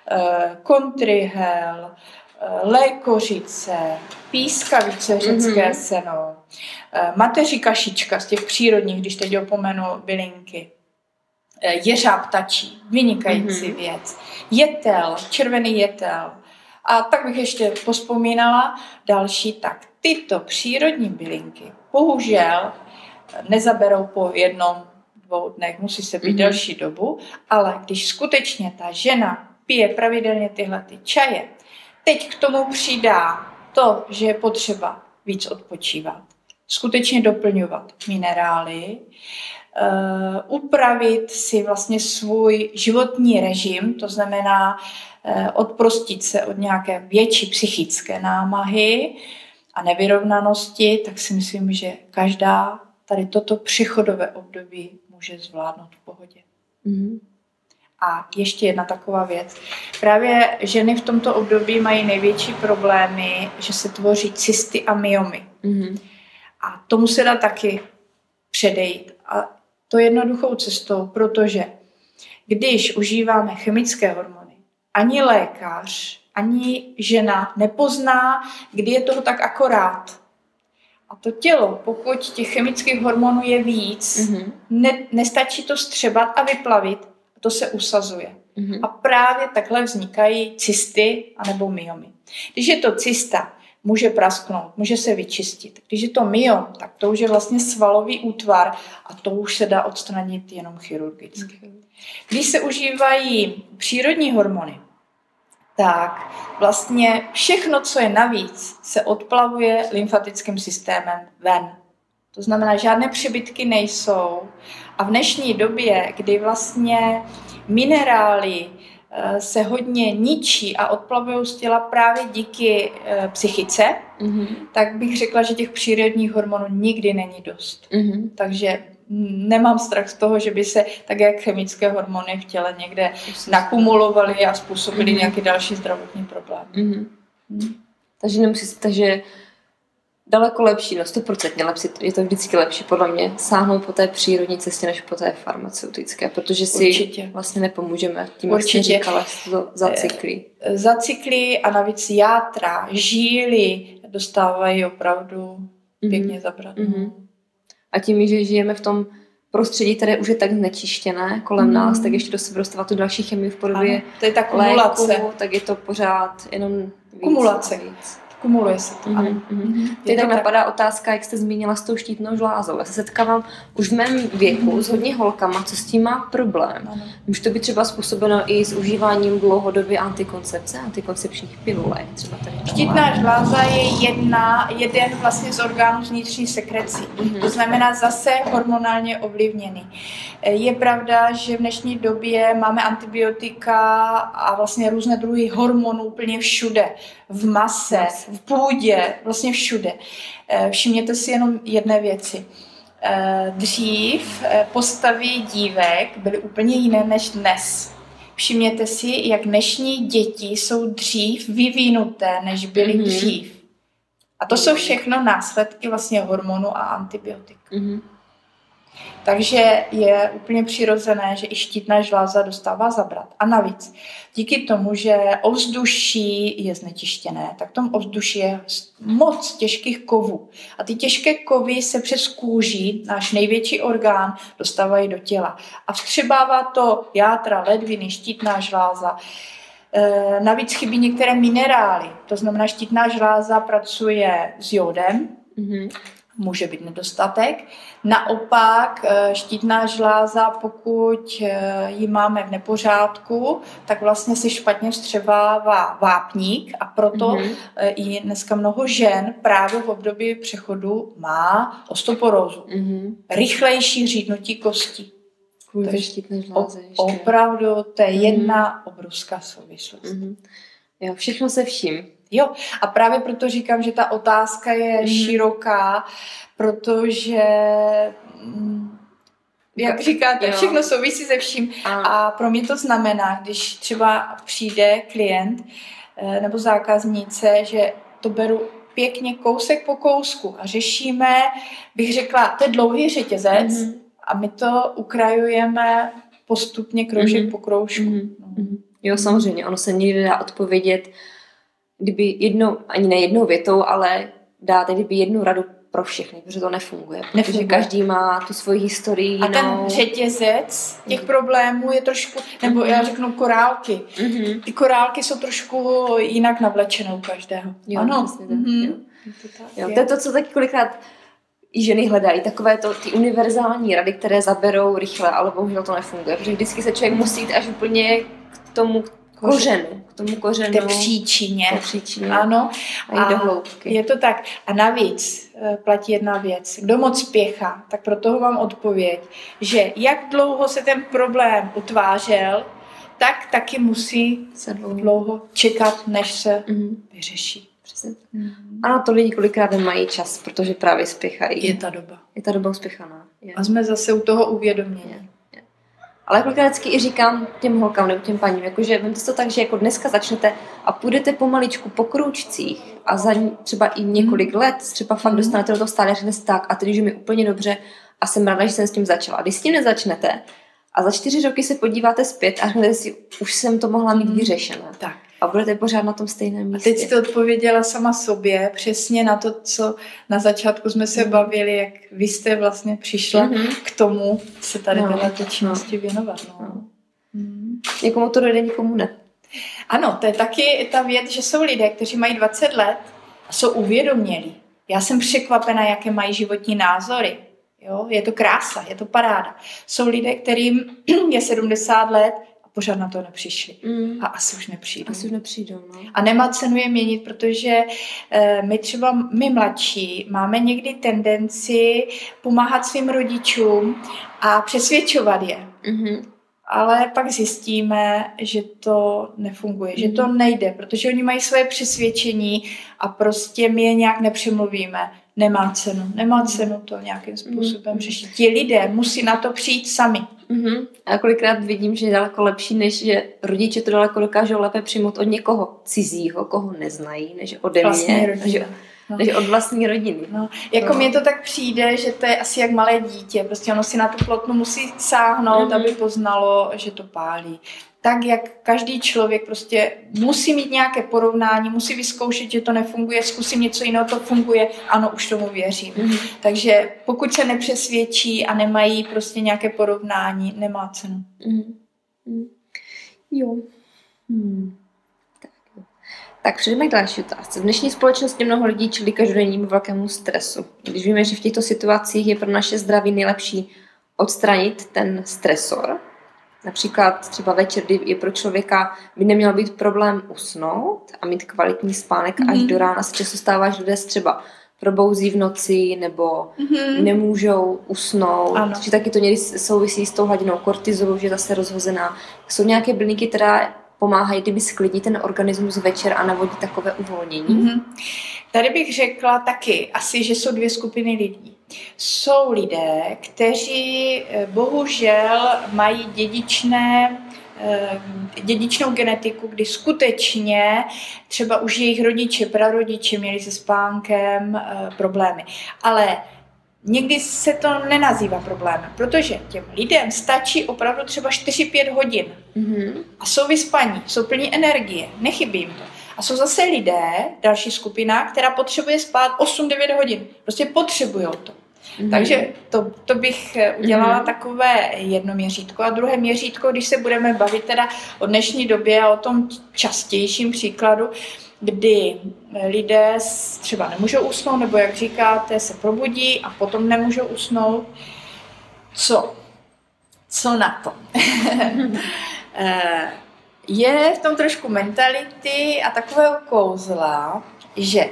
kontrihel, lékořice, pískavice, řecké mm-hmm. seno, mateří kašička z těch přírodních, když teď opomenu bylinky, jeřáb ptačí, vynikající mm-hmm. věc, jetel, červený jetel. A tak bych ještě pospomínala další, tak tyto přírodní bylinky bohužel nezaberou po jednom, dvou dnech, musí se být mm-hmm. delší dobu, ale když skutečně ta žena pije pravidelně tyhle ty čaje, teď k tomu přidá to, že je potřeba víc odpočívat, skutečně doplňovat minerály, Uh, upravit si vlastně svůj životní režim, to znamená uh, odprostit se od nějaké větší psychické námahy a nevyrovnanosti, tak si myslím, že každá tady toto přechodové období může zvládnout v pohodě. Mm-hmm. A ještě jedna taková věc. Právě ženy v tomto období mají největší problémy, že se tvoří cysty a myomy. Mm-hmm. A tomu se dá taky předejít. A to jednoduchou cestou, protože když užíváme chemické hormony, ani lékař, ani žena nepozná, kdy je toho tak akorát. A to tělo, pokud těch chemických hormonů je víc, mm-hmm. ne, nestačí to střebat a vyplavit, to se usazuje. Mm-hmm. A právě takhle vznikají cysty anebo myomy. Když je to cysta, může prasknout, může se vyčistit. Když je to myom, tak to už je vlastně svalový útvar a to už se dá odstranit jenom chirurgicky. Mm-hmm. Když se užívají přírodní hormony, tak vlastně všechno, co je navíc, se odplavuje lymfatickým systémem ven. To znamená, žádné přebytky nejsou. A v dnešní době, kdy vlastně minerály se hodně ničí a odplavují z těla právě díky psychice, mm-hmm. tak bych řekla, že těch přírodních hormonů nikdy není dost. Mm-hmm. Takže nemám strach z toho, že by se tak jak chemické hormony v těle někde nakumulovaly a způsobily mm-hmm. nějaký další zdravotní problém. Mm-hmm. Mm. Takže nemusí, takže daleko lepší, no stoprocentně lepší, je to vždycky lepší podle mě sáhnout po té přírodní cestě, než po té farmaceutické, protože si Určitě. vlastně nepomůžeme tím, jak jsi říkala, to zacyklí. Zacyklí a navíc játra, žíly dostávají opravdu mm-hmm. pěkně zabrat. Mm-hmm. A tím, že žijeme v tom prostředí, které už je tak znečištěné kolem mm. nás, tak ještě do sebe dostává tu další chemii v podobě ano, to je ta kumulace. Léku, tak je to pořád jenom víc kumulace. Víc. Kumuluje se to, mm-hmm. ano. Mm-hmm. Teď tak napadá tak... otázka, jak jste zmínila s tou štítnou žlázou. Já se setkávám už v mém věku mm-hmm. s hodně holkama, co s tím má problém. Ano. Může to být třeba způsobeno i s užíváním dlouhodobě antikoncepce, antikoncepčních pilulek. Třeba tady štítná žláza je jedna, jeden vlastně z orgánů vnitřní sekrecí. Mm-hmm. To znamená zase hormonálně ovlivněný. Je pravda, že v dnešní době máme antibiotika a vlastně různé druhy hormonů úplně všude. V mase, v půdě, vlastně všude. Všimněte si jenom jedné věci. Dřív postavy dívek byly úplně jiné než dnes. Všimněte si, jak dnešní děti jsou dřív vyvinuté, než byly mm-hmm. dřív. A to jsou všechno následky vlastně hormonů a antibiotik. Mm-hmm. Takže je úplně přirozené, že i štítná žláza dostává zabrat. A navíc, díky tomu, že ovzduší je znečištěné, tak v tom ovzduší je moc těžkých kovů. A ty těžké kovy se přes kůži, náš největší orgán, dostávají do těla. A vstřebává to játra, ledviny, štítná žláza. E, navíc chybí některé minerály. To znamená, štítná žláza pracuje s jódem, mm-hmm. může být nedostatek. Naopak štítná žláza, pokud ji máme v nepořádku, tak vlastně si špatně vstřebává vápník a proto mm-hmm. i dneska mnoho žen právě v období přechodu má osteoporózu. Mm-hmm. Rychlejší řídnutí kostí. Kvůli štítné žláze ještě. Opravdu, to je jedna mm-hmm. obrovská souvislost. Mm-hmm. Jo, všechno se vším. Jo, a právě proto říkám, že ta otázka je mm. široká, protože, jak říkáte, jo. všechno souvisí se vším. A. a pro mě to znamená, když třeba přijde klient nebo zákaznice, že to beru pěkně kousek po kousku a řešíme, bych řekla, to je dlouhý řetězec mm. a my to ukrajujeme postupně kroužek mm. po kroužku. Mm. Mm. Jo, samozřejmě, ono se nikdy dá odpovědět kdyby jednou, ani ne jednou větou, ale dáte kdyby jednu radu pro všechny, protože to nefunguje. Protože nefunguje. Každý má tu svoji historii. A ten řetězec těch mm. problémů je trošku, nebo mm. já řeknu korálky. Mm-hmm. Ty korálky jsou trošku jinak navlečené u každého. Jo, ano. Tak, mm-hmm. jo. To, tak, jo. to je to, co taky kolikrát i ženy hledají. Takové to, ty univerzální rady, které zaberou rychle, ale bohužel to nefunguje. Protože vždycky se člověk musí jít až úplně k tomu kořenu, k tomu kořenu. Té příčině. Té příčině. Ano. A jít do hloubky. Je to tak. A navíc platí jedna věc. Kdo moc spěchá, tak pro toho mám odpověď, že jak dlouho se ten problém utvářel, tak taky musí se dlouho, dlouho čekat, než se mm. vyřeší. Mm. Ano, to lidi kolikrát nemají čas, protože právě spěchají. Je ta doba. Je ta doba uspěchaná. Je. A jsme zase u toho uvědomění. Ale kolikrát vždycky i říkám těm holkám nebo těm paním, jakože vemte to tak, že jako dneska začnete a půjdete pomaličku po krůčcích a za třeba i několik mm. let třeba fakt dostanete do toho stále a řeknete tak a teď už je mi úplně dobře a jsem ráda, že jsem s tím začala. A když s tím nezačnete a za čtyři roky se podíváte zpět a řeknete si, už jsem to mohla mít vyřešené. Tak. A a budete pořád na tom stejném místě. A teď jste odpověděla sama sobě přesně na to, co na začátku jsme se mm. bavili, jak vy jste vlastně přišla mm-hmm. k tomu se tady no, této činnosti no. věnovat. No. No. Mm. Někomu to dojde, někomu ne. Ano, to je taky ta věc, že jsou lidé, kteří mají dvacet let a jsou uvědomělí. Já jsem překvapena, jaké mají životní názory. Jo? Je to krása, je to paráda. Jsou lidé, kterým je sedmdesát let a pořád na to nepřišli. Mm. A asi už nepřijdou. Asi už nepřijdou, no. A nemá cenu je měnit, protože eh, my třeba, my mladší, máme někdy tendenci pomáhat svým rodičům a přesvědčovat je. Mm-hmm. Ale pak zjistíme, že to nefunguje, mm. že to nejde, protože oni mají své přesvědčení a prostě my je nějak nepřemluvíme. Nemá cenu, nemá cenu to nějakým způsobem mm. řešit. Ti lidé musí na to přijít sami. Mm-hmm. A kolikrát vidím, že je daleko lepší, než že rodiče to daleko dokážou lépe přijmout od někoho cizího, koho neznají, než ode mě. Že... No. Takže od vlastní rodiny. No. Jako no. mně to tak přijde, že to je asi jak malé dítě. Prostě ono si na tu plotnu musí sáhnout, mm-hmm. aby poznalo, že to pálí. Tak jak každý člověk prostě musí mít nějaké porovnání, musí vyzkoušet, že to nefunguje, zkusím něco jiného, to funguje, ano, už tomu věřím. Mm-hmm. Takže pokud se nepřesvědčí a nemají prostě nějaké porovnání, nemá cenu. Mm-hmm. Jo. Hmm. Tak přejdeme k další otázce. V dnešní společnosti mnoho lidí čelí každodennímu velkému stresu. Když víme, že v těchto situacích je pro naše zdraví nejlepší odstranit ten stresor, například třeba večer, kdy je pro člověka by neměl být problém usnout a mít kvalitní spánek mm-hmm. až do rána, se často stává, že lidé třeba probouzí v noci nebo mm-hmm. nemůžou usnout. Ano. Že taky to někdy souvisí s tou hladinou kortizolu, že je zase rozhozená. Jsou nějaké bylinky, které pomáhají, kdyby sklidnit ten organismus večer a navodit takové uvolnění? Mm-hmm. Tady bych řekla taky asi, že jsou dvě skupiny lidí. Jsou lidé, kteří bohužel mají dědičné, dědičnou genetiku, kdy skutečně třeba už jejich rodiče, prarodiče měli se spánkem problémy. Ale někdy se to nenazývá problémem, protože těm lidem stačí opravdu třeba čtyři pět hodin. Mm-hmm. A jsou vyspaní, jsou plní energie, nechybí jim to. A jsou zase lidé, další skupina, která potřebuje spát osm devět hodin. Prostě potřebují to. Mm-hmm. Takže to, to bych udělala mm-hmm. takové jedno měřítko. A druhé měřítko, když se budeme bavit teda o dnešní době a o tom častějším příkladu, kdy lidé třeba nemůžou usnout, nebo jak říkáte, se probudí a potom nemůžou usnout. Co? Co na to? Je v tom trošku mentality a takového kouzla, že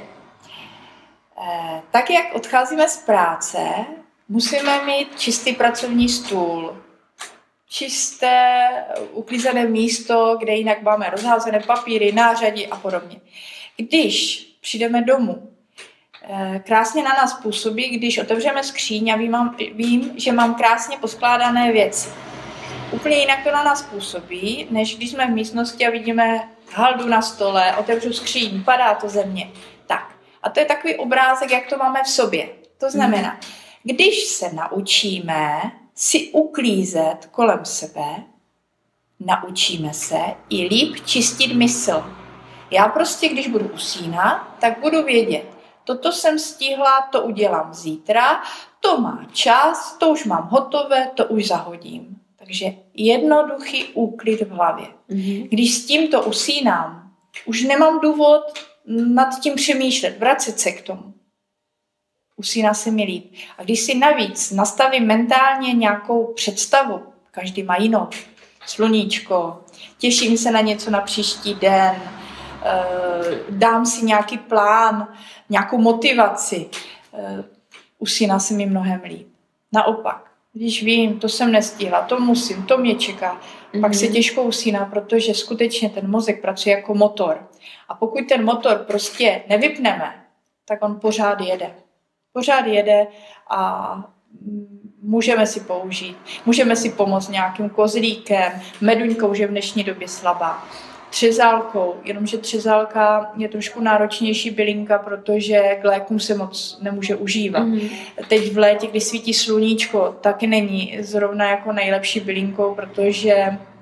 tak, jak odcházíme z práce, musíme mít čistý pracovní stůl, čisté, uklízené místo, kde jinak máme rozházené papíry, nářadí a podobně. Když přijdeme domů, krásně na nás působí, když otevřeme skříň a vím, vím, že mám krásně poskládané věci. Úplně jinak to na nás působí, než když jsme v místnosti a vidíme haldu na stole, otevřu skříň, padá to ze mě. Tak. A to je takový obrázek, jak to máme v sobě. To znamená, když se naučíme si uklízet kolem sebe, naučíme se i líp čistit mysl. Já prostě, když budu usínat, tak budu vědět, toto jsem stihla, to udělám zítra, to má čas, to už mám hotové, to už zahodím. Takže jednoduchý úklid v hlavě. Mm-hmm. Když s tímto usínám, už nemám důvod nad tím přemýšlet, vracet se k tomu. Usíná se mi líp. A když si navíc nastavím mentálně nějakou představu, každý má jinou, sluníčko, těším se na něco na příští den, dám si nějaký plán, nějakou motivaci, usíná se mi mnohem líp. Naopak, když vím, to jsem nestihla, to musím, to mě čeká, mm-hmm. pak se těžko usíná, protože skutečně ten mozek pracuje jako motor. A pokud ten motor prostě nevypneme, tak on pořád jede. Pořád jede a můžeme si použít. Můžeme si pomoct nějakým kozlíkem, meduňkou, že v dnešní době slabá. Třezálkou, jenomže třezálka je trošku náročnější bylinka, protože k lékům se moc nemůže užívat. Mm. Teď v létě, kdy svítí sluníčko, taky není zrovna jako nejlepší bylinkou, protože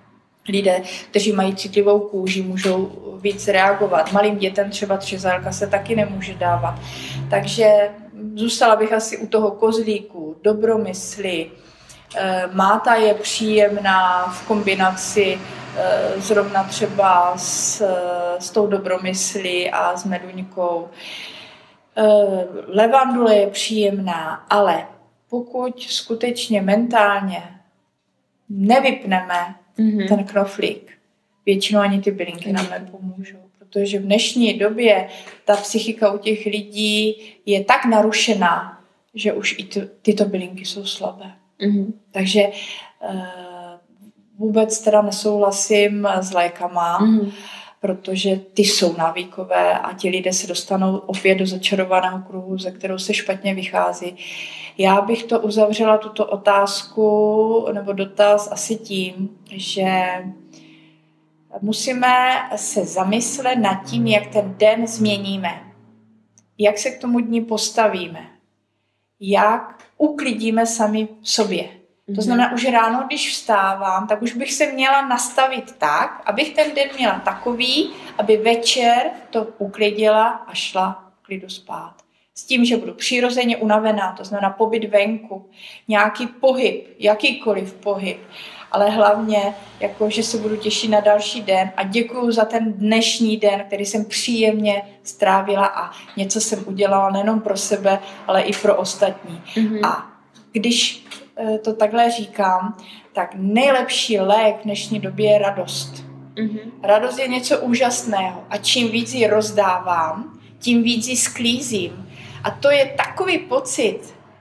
lidé, kteří mají citlivou kůži, můžou víc reagovat. Malým dětem třeba třezálka se taky nemůže dávat. Takže zůstala bych asi u toho kozlíku, dobromysli. Máta je příjemná v kombinaci zrovna třeba s, s tou dobromyslí a s meduňkou. Levandule je příjemná, ale pokud skutečně mentálně nevypneme mm-hmm. ten knoflík, většinou ani ty bylinky nám nepomůžou. Protože v dnešní době ta psychika u těch lidí je tak narušená, že už i ty, tyto bylinky jsou slabé. Mm-hmm. Takže uh, vůbec teda nesouhlasím s lékama, mm-hmm. protože ty jsou návykové a ti lidé se dostanou opět do začarovaného kruhu, ze kterou se špatně vychází. Já bych to uzavřela, tuto otázku nebo dotaz asi tím, že musíme se zamyslet nad tím, jak ten den změníme, jak se k tomu dni postavíme, jak uklidíme sami v sobě. To znamená, už ráno, když vstávám, tak už bych se měla nastavit tak, abych ten den měla takový, aby večer to uklidila a šla v klidu spát. S tím, že budu přirozeně unavená, to znamená pobyt venku, nějaký pohyb, jakýkoliv pohyb, ale hlavně, jako, že se budu těšit na další den a děkuju za ten dnešní den, který jsem příjemně strávila a něco jsem udělala nejenom pro sebe, ale i pro ostatní. Mm-hmm. A když to takhle říkám, tak nejlepší lék v dnešní době je radost. Mm-hmm. Radost je něco úžasného a čím víc ji rozdávám, tím víc ji sklízím. A to je takový pocit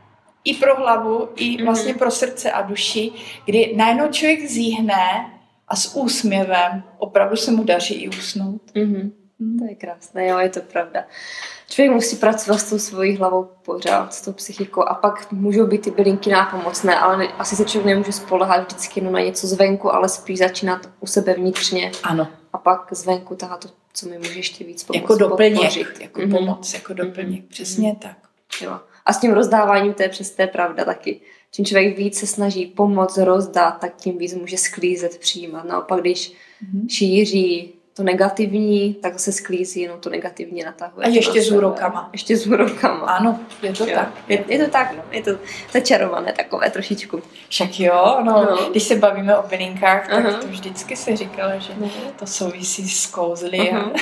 i pro hlavu, i vlastně mm-hmm. pro srdce a duši, kdy najednou člověk zíhne a s úsměvem opravdu se mu daří i usnout. Mm-hmm. To je krásné, jo, je to pravda. Člověk musí pracovat s tou svojí hlavou pořád, s tou psychikou a pak můžou být ty bylinky nápomocné, ale asi se člověk nemůže spoléhat vždycky no na něco zvenku, ale spíš začínat u sebe vnitřně. Ano. A pak zvenku tahat to, co mi může ještě víc pomoct. Jako doplněk, podpořit. jako mm-hmm. pomoc, jako doplněk, přesně mm-hmm. tak. Jo. A s tím rozdáváním to je přes té pravda taky. Čím člověk víc se snaží pomoct, rozdat, tak tím víc může sklízet, přijímat. Naopak, když mm-hmm. šíří to negativní, tak se sklízí, no to negativní natahuje. A ještě s úrokama. Ještě s úrokama. Ano, je to jo. tak. Je, je to tak, no. Je to začarované takové trošičku. Však jo, no, no. Když se bavíme o bylinkách, tak uh-huh. to vždycky se říkalo, že uh-huh. to souvisí s kouzly uh-huh.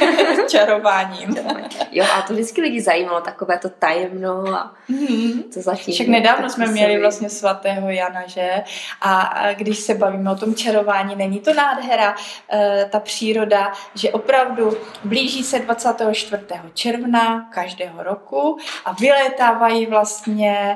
a čarováním. Jo, a to vždycky lidi zajímalo, takové to tajemno a uh-huh. to zatím. Však nedávno jsme měli vlastně svatého Jana, že? A, a když se bavíme o tom čarování, není to nádhera, e, ta příroda, že opravdu blíží se dvacátého čtvrtého června každého roku a vylétávají vlastně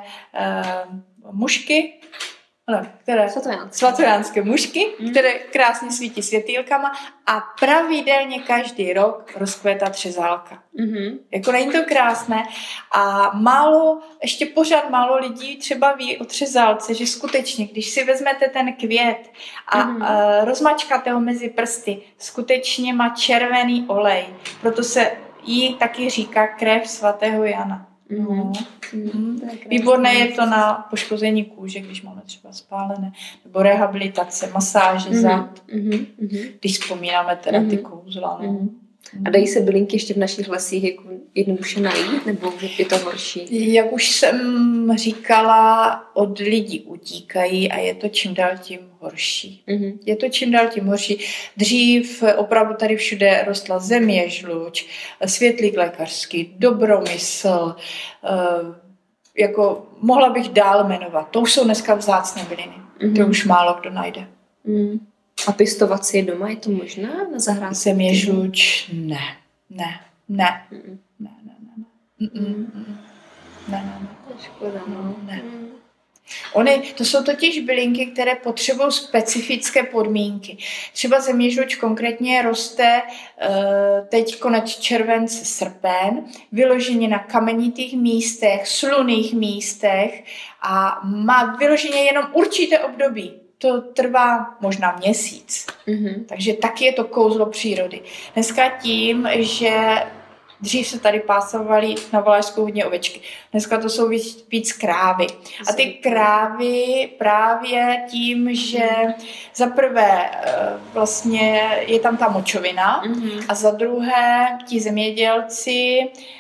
uh, mušky, no, které, svatojánské. svatojánské mušky, mm. které krásně svítí světýlkama a pravidelně každý rok rozkvétá třezálka. Mm-hmm. Jako není to krásné a málo, ještě pořád málo lidí třeba ví o třezálce, že skutečně, když si vezmete ten květ a, mm-hmm. a rozmačkáte ho mezi prsty, skutečně má červený olej, proto se jí taky říká krev svatého Jana. Mm-hmm. Mm-hmm. Výborné je to na poškození kůže, když máme třeba spálené, nebo rehabilitace, masáže, mm-hmm. zad, mm-hmm. když vzpomínáme teda ty kouzla. No. Mm-hmm. A dají se bylinky ještě v našich lesích jako jednoduše najít, nebo je to horší? Jak už jsem říkala, od lidí utíkají a je to čím dál tím horší. Mm-hmm. Je to čím dál tím horší. Dřív opravdu tady všude rostla zeměžluč, světlík lékařský, dobromysl, uh, jako mohla bych dál jmenovat. To už jsou dneska vzácné byliny. Mm-hmm. To už málo kdo najde. Mm. A pěstovat si je doma, je to možná na zahrádce? Zeměžluč, ne, ne, ne, mm. ne, ne, ne, ne, mm. ne, ne, ne, to je škoda, no. ne. Mm. Ony, to jsou totiž bylinky, které potřebují specifické podmínky. Třeba zeměžluč konkrétně roste uh, teď konec července, srpen, vyloženě na kamenitých místech, slunných místech a má vyloženě jenom určité období. To trvá možná měsíc. Mm-hmm. Takže taky je to kouzlo přírody. Dneska tím, že Dřív se tady pásovaly na Valašsku hodně ovečky. Dneska to jsou víc, víc krávy. A ty krávy právě tím, že za prvé vlastně je tam ta močovina mm-hmm. a za druhé ti zemědělci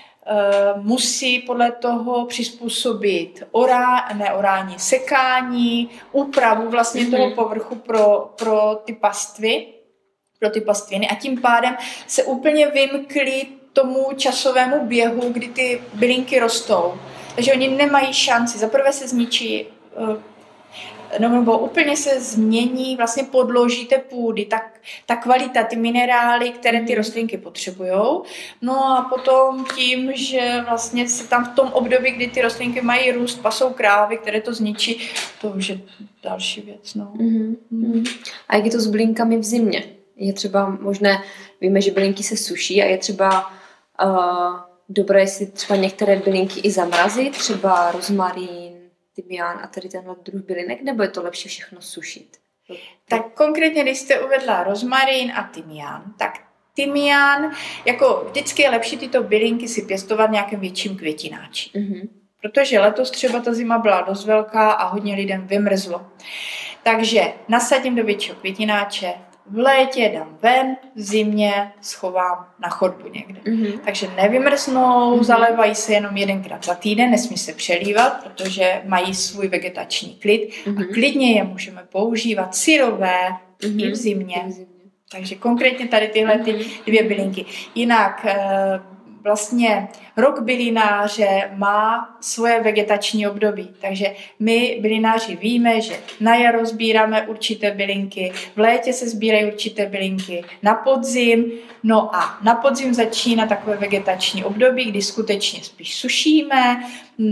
musí podle toho přizpůsobit orá, ne orání, sekání, úpravu vlastně mm-hmm. toho povrchu pro, pro ty pastvy, pro ty pastviny a tím pádem se úplně vymkli tomu časovému běhu, kdy ty bylinky rostou. Takže oni nemají šanci. Zaprvé se zničí, no, nebo úplně se změní vlastně podloží té půdy, tak ta kvalita, ty minerály, které ty rostlinky potřebujou. No a potom tím, že vlastně se tam v tom období, kdy ty rostlinky mají růst, pasou krávy, které to zničí, to už je další věc. No. Mm-hmm. Mm-hmm. A jak je to s bylinkami v zimě? Je třeba možné, víme, že bylinky se suší a je třeba uh, dobré si třeba některé bylinky i zamrazit, třeba rozmarín, tymián a tady tenhle druh bylinek, nebo je to lepší všechno sušit? Tak konkrétně, když jste uvedla rozmarín a tymián, tak tymián, jako vždycky je lepší tyto bylinky si pěstovat v nějakém větším květináči. Mm-hmm. Protože letos třeba ta zima byla dost velká a hodně lidem vymrzlo. Takže nasadím do většího květináče, v létě dám ven, v zimě schovám na chodbu někde. Mm-hmm. Takže nevymrznou, mm-hmm. zalévají se jenom jedenkrát za týden, nesmí se přelívat, protože mají svůj vegetační klid mm-hmm. a klidně je můžeme používat syrové mm-hmm. i v zimě. I v zimě. Takže konkrétně tady tyhle ty dvě bylinky. Jinak vlastně rok bylináře má svoje vegetační období, takže my bylináři víme, že na jaro sbíráme určité bylinky, v létě se sbírají určité bylinky, na podzim, no a na podzim začíná takové vegetační období, kdy skutečně spíš sušíme,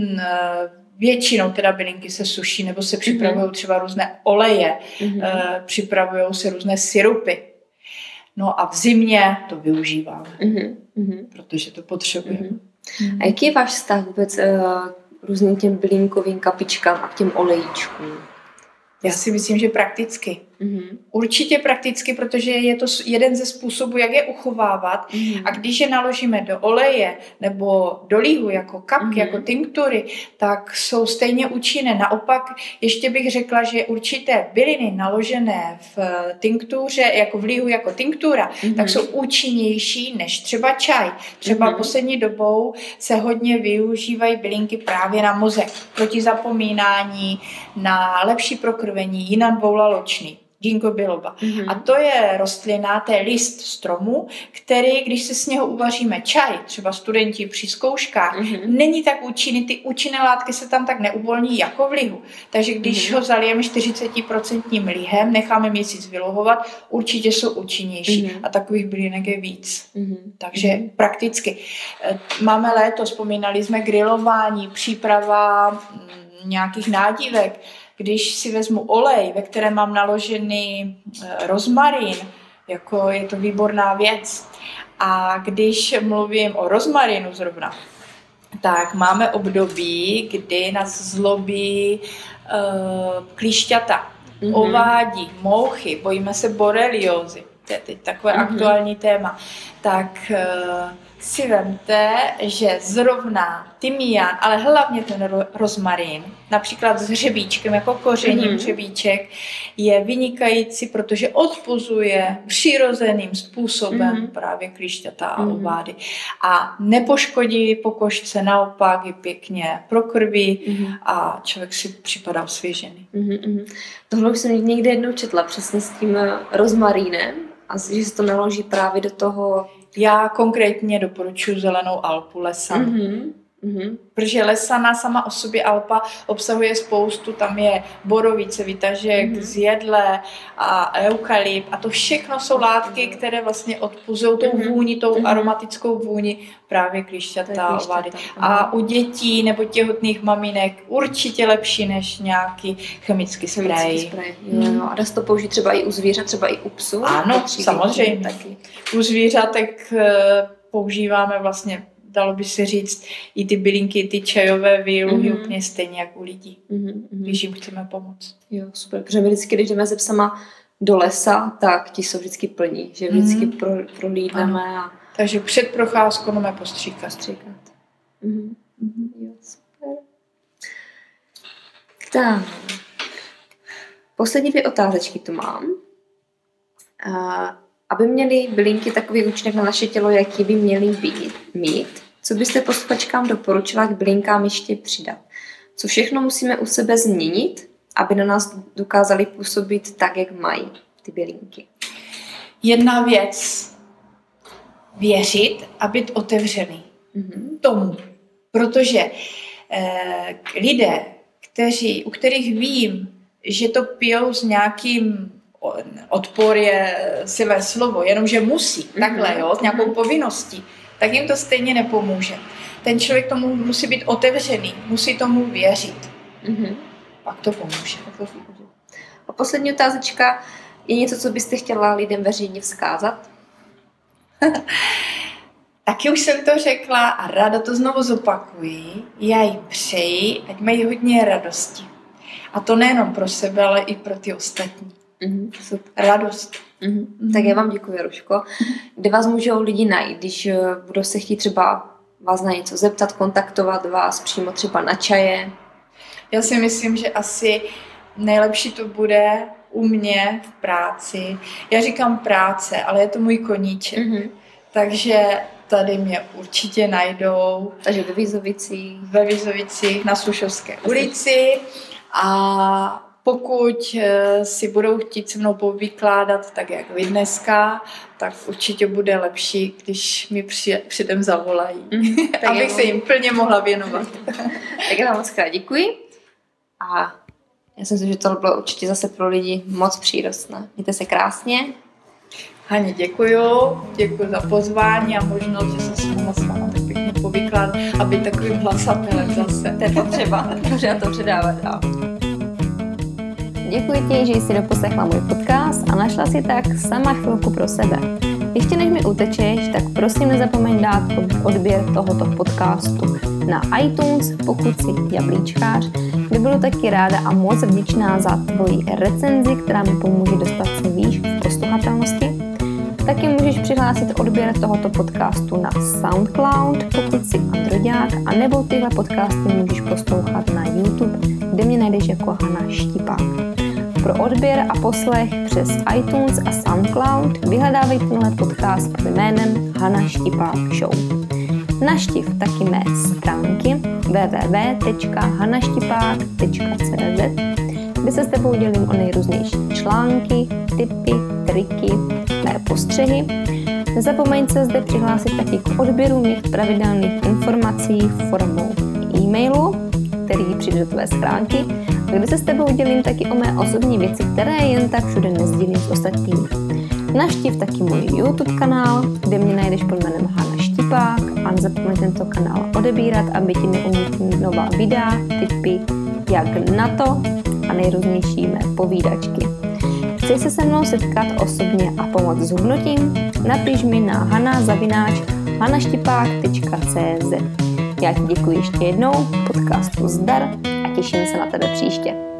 většinou teda bylinky se suší nebo se připravují třeba různé oleje, mm-hmm. připravují se různé syrupy. No a v zimě to využíváme, mm-hmm. protože to potřebujeme. Mm-hmm. A jaký je váš vztah vůbec uh, různým těm bylinkovým kapičkám a k těm olejíčkům? Já si myslím, že prakticky. Mm-hmm. Určitě prakticky, protože je to jeden ze způsobů, jak je uchovávat. Mm-hmm. A když je naložíme do oleje nebo do líhu jako kapky, mm-hmm. jako tinktury, tak jsou stejně účinné. Naopak ještě bych řekla, že určité byliny naložené v tinktuře, jako v líhu jako tinktura, mm-hmm. tak jsou účinnější než třeba čaj. Třeba mm-hmm. poslední dobou se hodně využívají bylinky právě na mozek, proti zapomínání, na lepší prokrvení, jinak dvoulaločný. Ginkgo biloba. Mm-hmm. A to je rostlina, to je list stromu, který, když se z něho uvaříme čaj, třeba studenti při zkouškách, mm-hmm. není tak účinný, ty účinné látky se tam tak neuvolní jako v lihu. Takže když mm-hmm. ho zalijeme čtyřicet procent lihem, necháme měsíc vyluhovat, určitě jsou účinnější. Mm-hmm. A takových bylinek je víc. Mm-hmm. Takže mm-hmm. prakticky. Máme léto, vzpomínali jsme grilování, příprava m, nějakých nádívek. Když si vezmu olej, ve kterém mám naložený rozmarín, jako je to výborná věc. A když mluvím o rozmarínu zrovna, tak máme období, kdy nás zlobí uh, klíšťata, mm-hmm. ovádí, mouchy, bojíme se boreliózy. To je teď takové mm-hmm. aktuální téma. Tak uh, si vemte, že zrovna tymián, ale hlavně ten ro- rozmarín, například s hřebíčkem, jako koření mm-hmm. hřebíček, je vynikající, protože odpuzuje přirozeným způsobem mm-hmm. právě klíšťata a mm-hmm. ovády. A nepoškodí pokožce, naopak je pěkně prokrví mm-hmm. a člověk si připadá osvěžený. Mm-hmm. Tohle už jsem někde jednou četla, přesně s tím rozmarínem, a že se to naloží právě do toho. Já konkrétně doporučuji zelenou alpu, lesan. Mm-hmm. Mm-hmm. Protože lesana sama o sobě alpa obsahuje spoustu, tam je borovice, vytažek, mm-hmm. zjedle a eukalypt a to všechno jsou látky, které vlastně odpuzují tou mm-hmm. vůni, tou mm-hmm. aromatickou vůni právě klíšťata, ovády. A u dětí nebo těhotných maminek určitě lepší než nějaký chemický sprej. Mm. No, a dá se to použít třeba i u zvířat, třeba i u psů? Ano, samozřejmě. Taky. U zvířatek používáme vlastně, dalo by se říct, i ty bylinky, ty čajové výluhy mm-hmm. úplně stejně jako u lidí, mm-hmm. když jim chceme pomoct. Jo, super, protože my vždycky, když jdeme se psama do lesa, tak ti jsou vždycky plní, že vždycky mm-hmm. pro, prolídneme a Takže před procházkou máme postříkat. Stříkat. Mhm. Mhm. Jo, super. Tak. Poslední dvě otázečky tu mám. Uh, aby měly bylinky takový účinek na naše tělo, jaký by měly být, mít, co byste posluchačkám doporučila k bylinkám ještě přidat? Co všechno musíme u sebe změnit, aby na nás dokázaly působit tak, jak mají ty bylinky? Jedna věc. Věřit a být otevřený mm-hmm. tomu. Protože eh, lidé, kteří, u kterých vím, že to pijou s nějakým, odpor je silné slovo, jenomže musí, mm-hmm. takhle, jo, s nějakou povinností, tak jim to stejně nepomůže. Ten člověk tomu musí být otevřený, musí tomu věřit. Mm-hmm. Pak to pomůže. A poslední otázečka, je něco, co byste chtěla lidem veřejně vzkázat? Taky už jsem to řekla a ráda to znovu zopakuji. Já jim přeji, ať mají hodně radosti. A to nejenom pro sebe, ale i pro ty ostatní. Mm-hmm. Radost. Mm-hmm. Mm-hmm. Tak já vám děkuji, Ruško. Kde vás můžou lidi najít, když budou se chtít třeba vás na něco zeptat, kontaktovat vás přímo třeba na čaje? Já si myslím, že asi nejlepší to bude u mě v práci. Já říkám práce, ale je to můj koníček. Mm-hmm. Takže tady mě určitě najdou. Takže ve Vizovicích. Ve Vizovicích na Slušovské ulici. A pokud si budou chtít se mnou povykládat tak, jak vy dneska, tak určitě bude lepší, když mi předem zavolají. Mm, abych se jim plně mohla věnovat. Tak já vám moc krát děkuji. A já si myslím, že tohle bylo určitě zase pro lidi moc přínosné. Mějte se krásně. Haně, děkuju. Děkuji za pozvání a možnost, že jsem se mohla s váma tak pěkně povykládat, aby takovým hlasatelem zase. To je potřeba, protože to předávat dál. Děkuji ti, že jsi doposlechla můj podcast a našla si tak sama chvilku pro sebe. Ještě než mi utečeš, tak prosím nezapomeň dát odběr tohoto podcastu na iTunes, pokud jsi jablíčkář, by budu taky ráda a moc vděčná za tvoji recenzi, která mi pomůže dostat se výš v posluchatelnosti. Taky můžeš přihlásit odběr tohoto podcastu na SoundCloud, pokud jsi androďák, anebo tyhle podcasty můžeš poslouchat na YouTube, kde mě najdeš jako Hana Štipák. Pro odběr a poslech přes iTunes a SoundCloud vyhledávej tenhle podcast pod jménem Hana Štipák Show. Navštiv taky mé stránky w w w tečka hanaštipák tečka c z, kde se s tebou dělím o nejrůznější články, tipy, triky, mé postřehy. Nezapomeň se zde přihlásit taky k odběru mých pravidelných informací formou e-mailu, který přijde do tvé schránky, kde se s tebou dělím taky o mé osobní věci, které jen tak všude nesdílím s ostatními. Navštiv taky můj YouTube kanál, kde mě najdeš pod jménem Hana Štipák a nezapomeň tento kanál odebírat, aby ti neunikly nová videa, tipy, jak na to a nejrůznější mé povídačky. Chceš se se mnou setkat osobně a pomoct s hubnutím? Napiš mi na hana zavináč hanaštipák tečka c z. Já ti děkuji ještě jednou, podcastu zdar a těším se na tebe příště.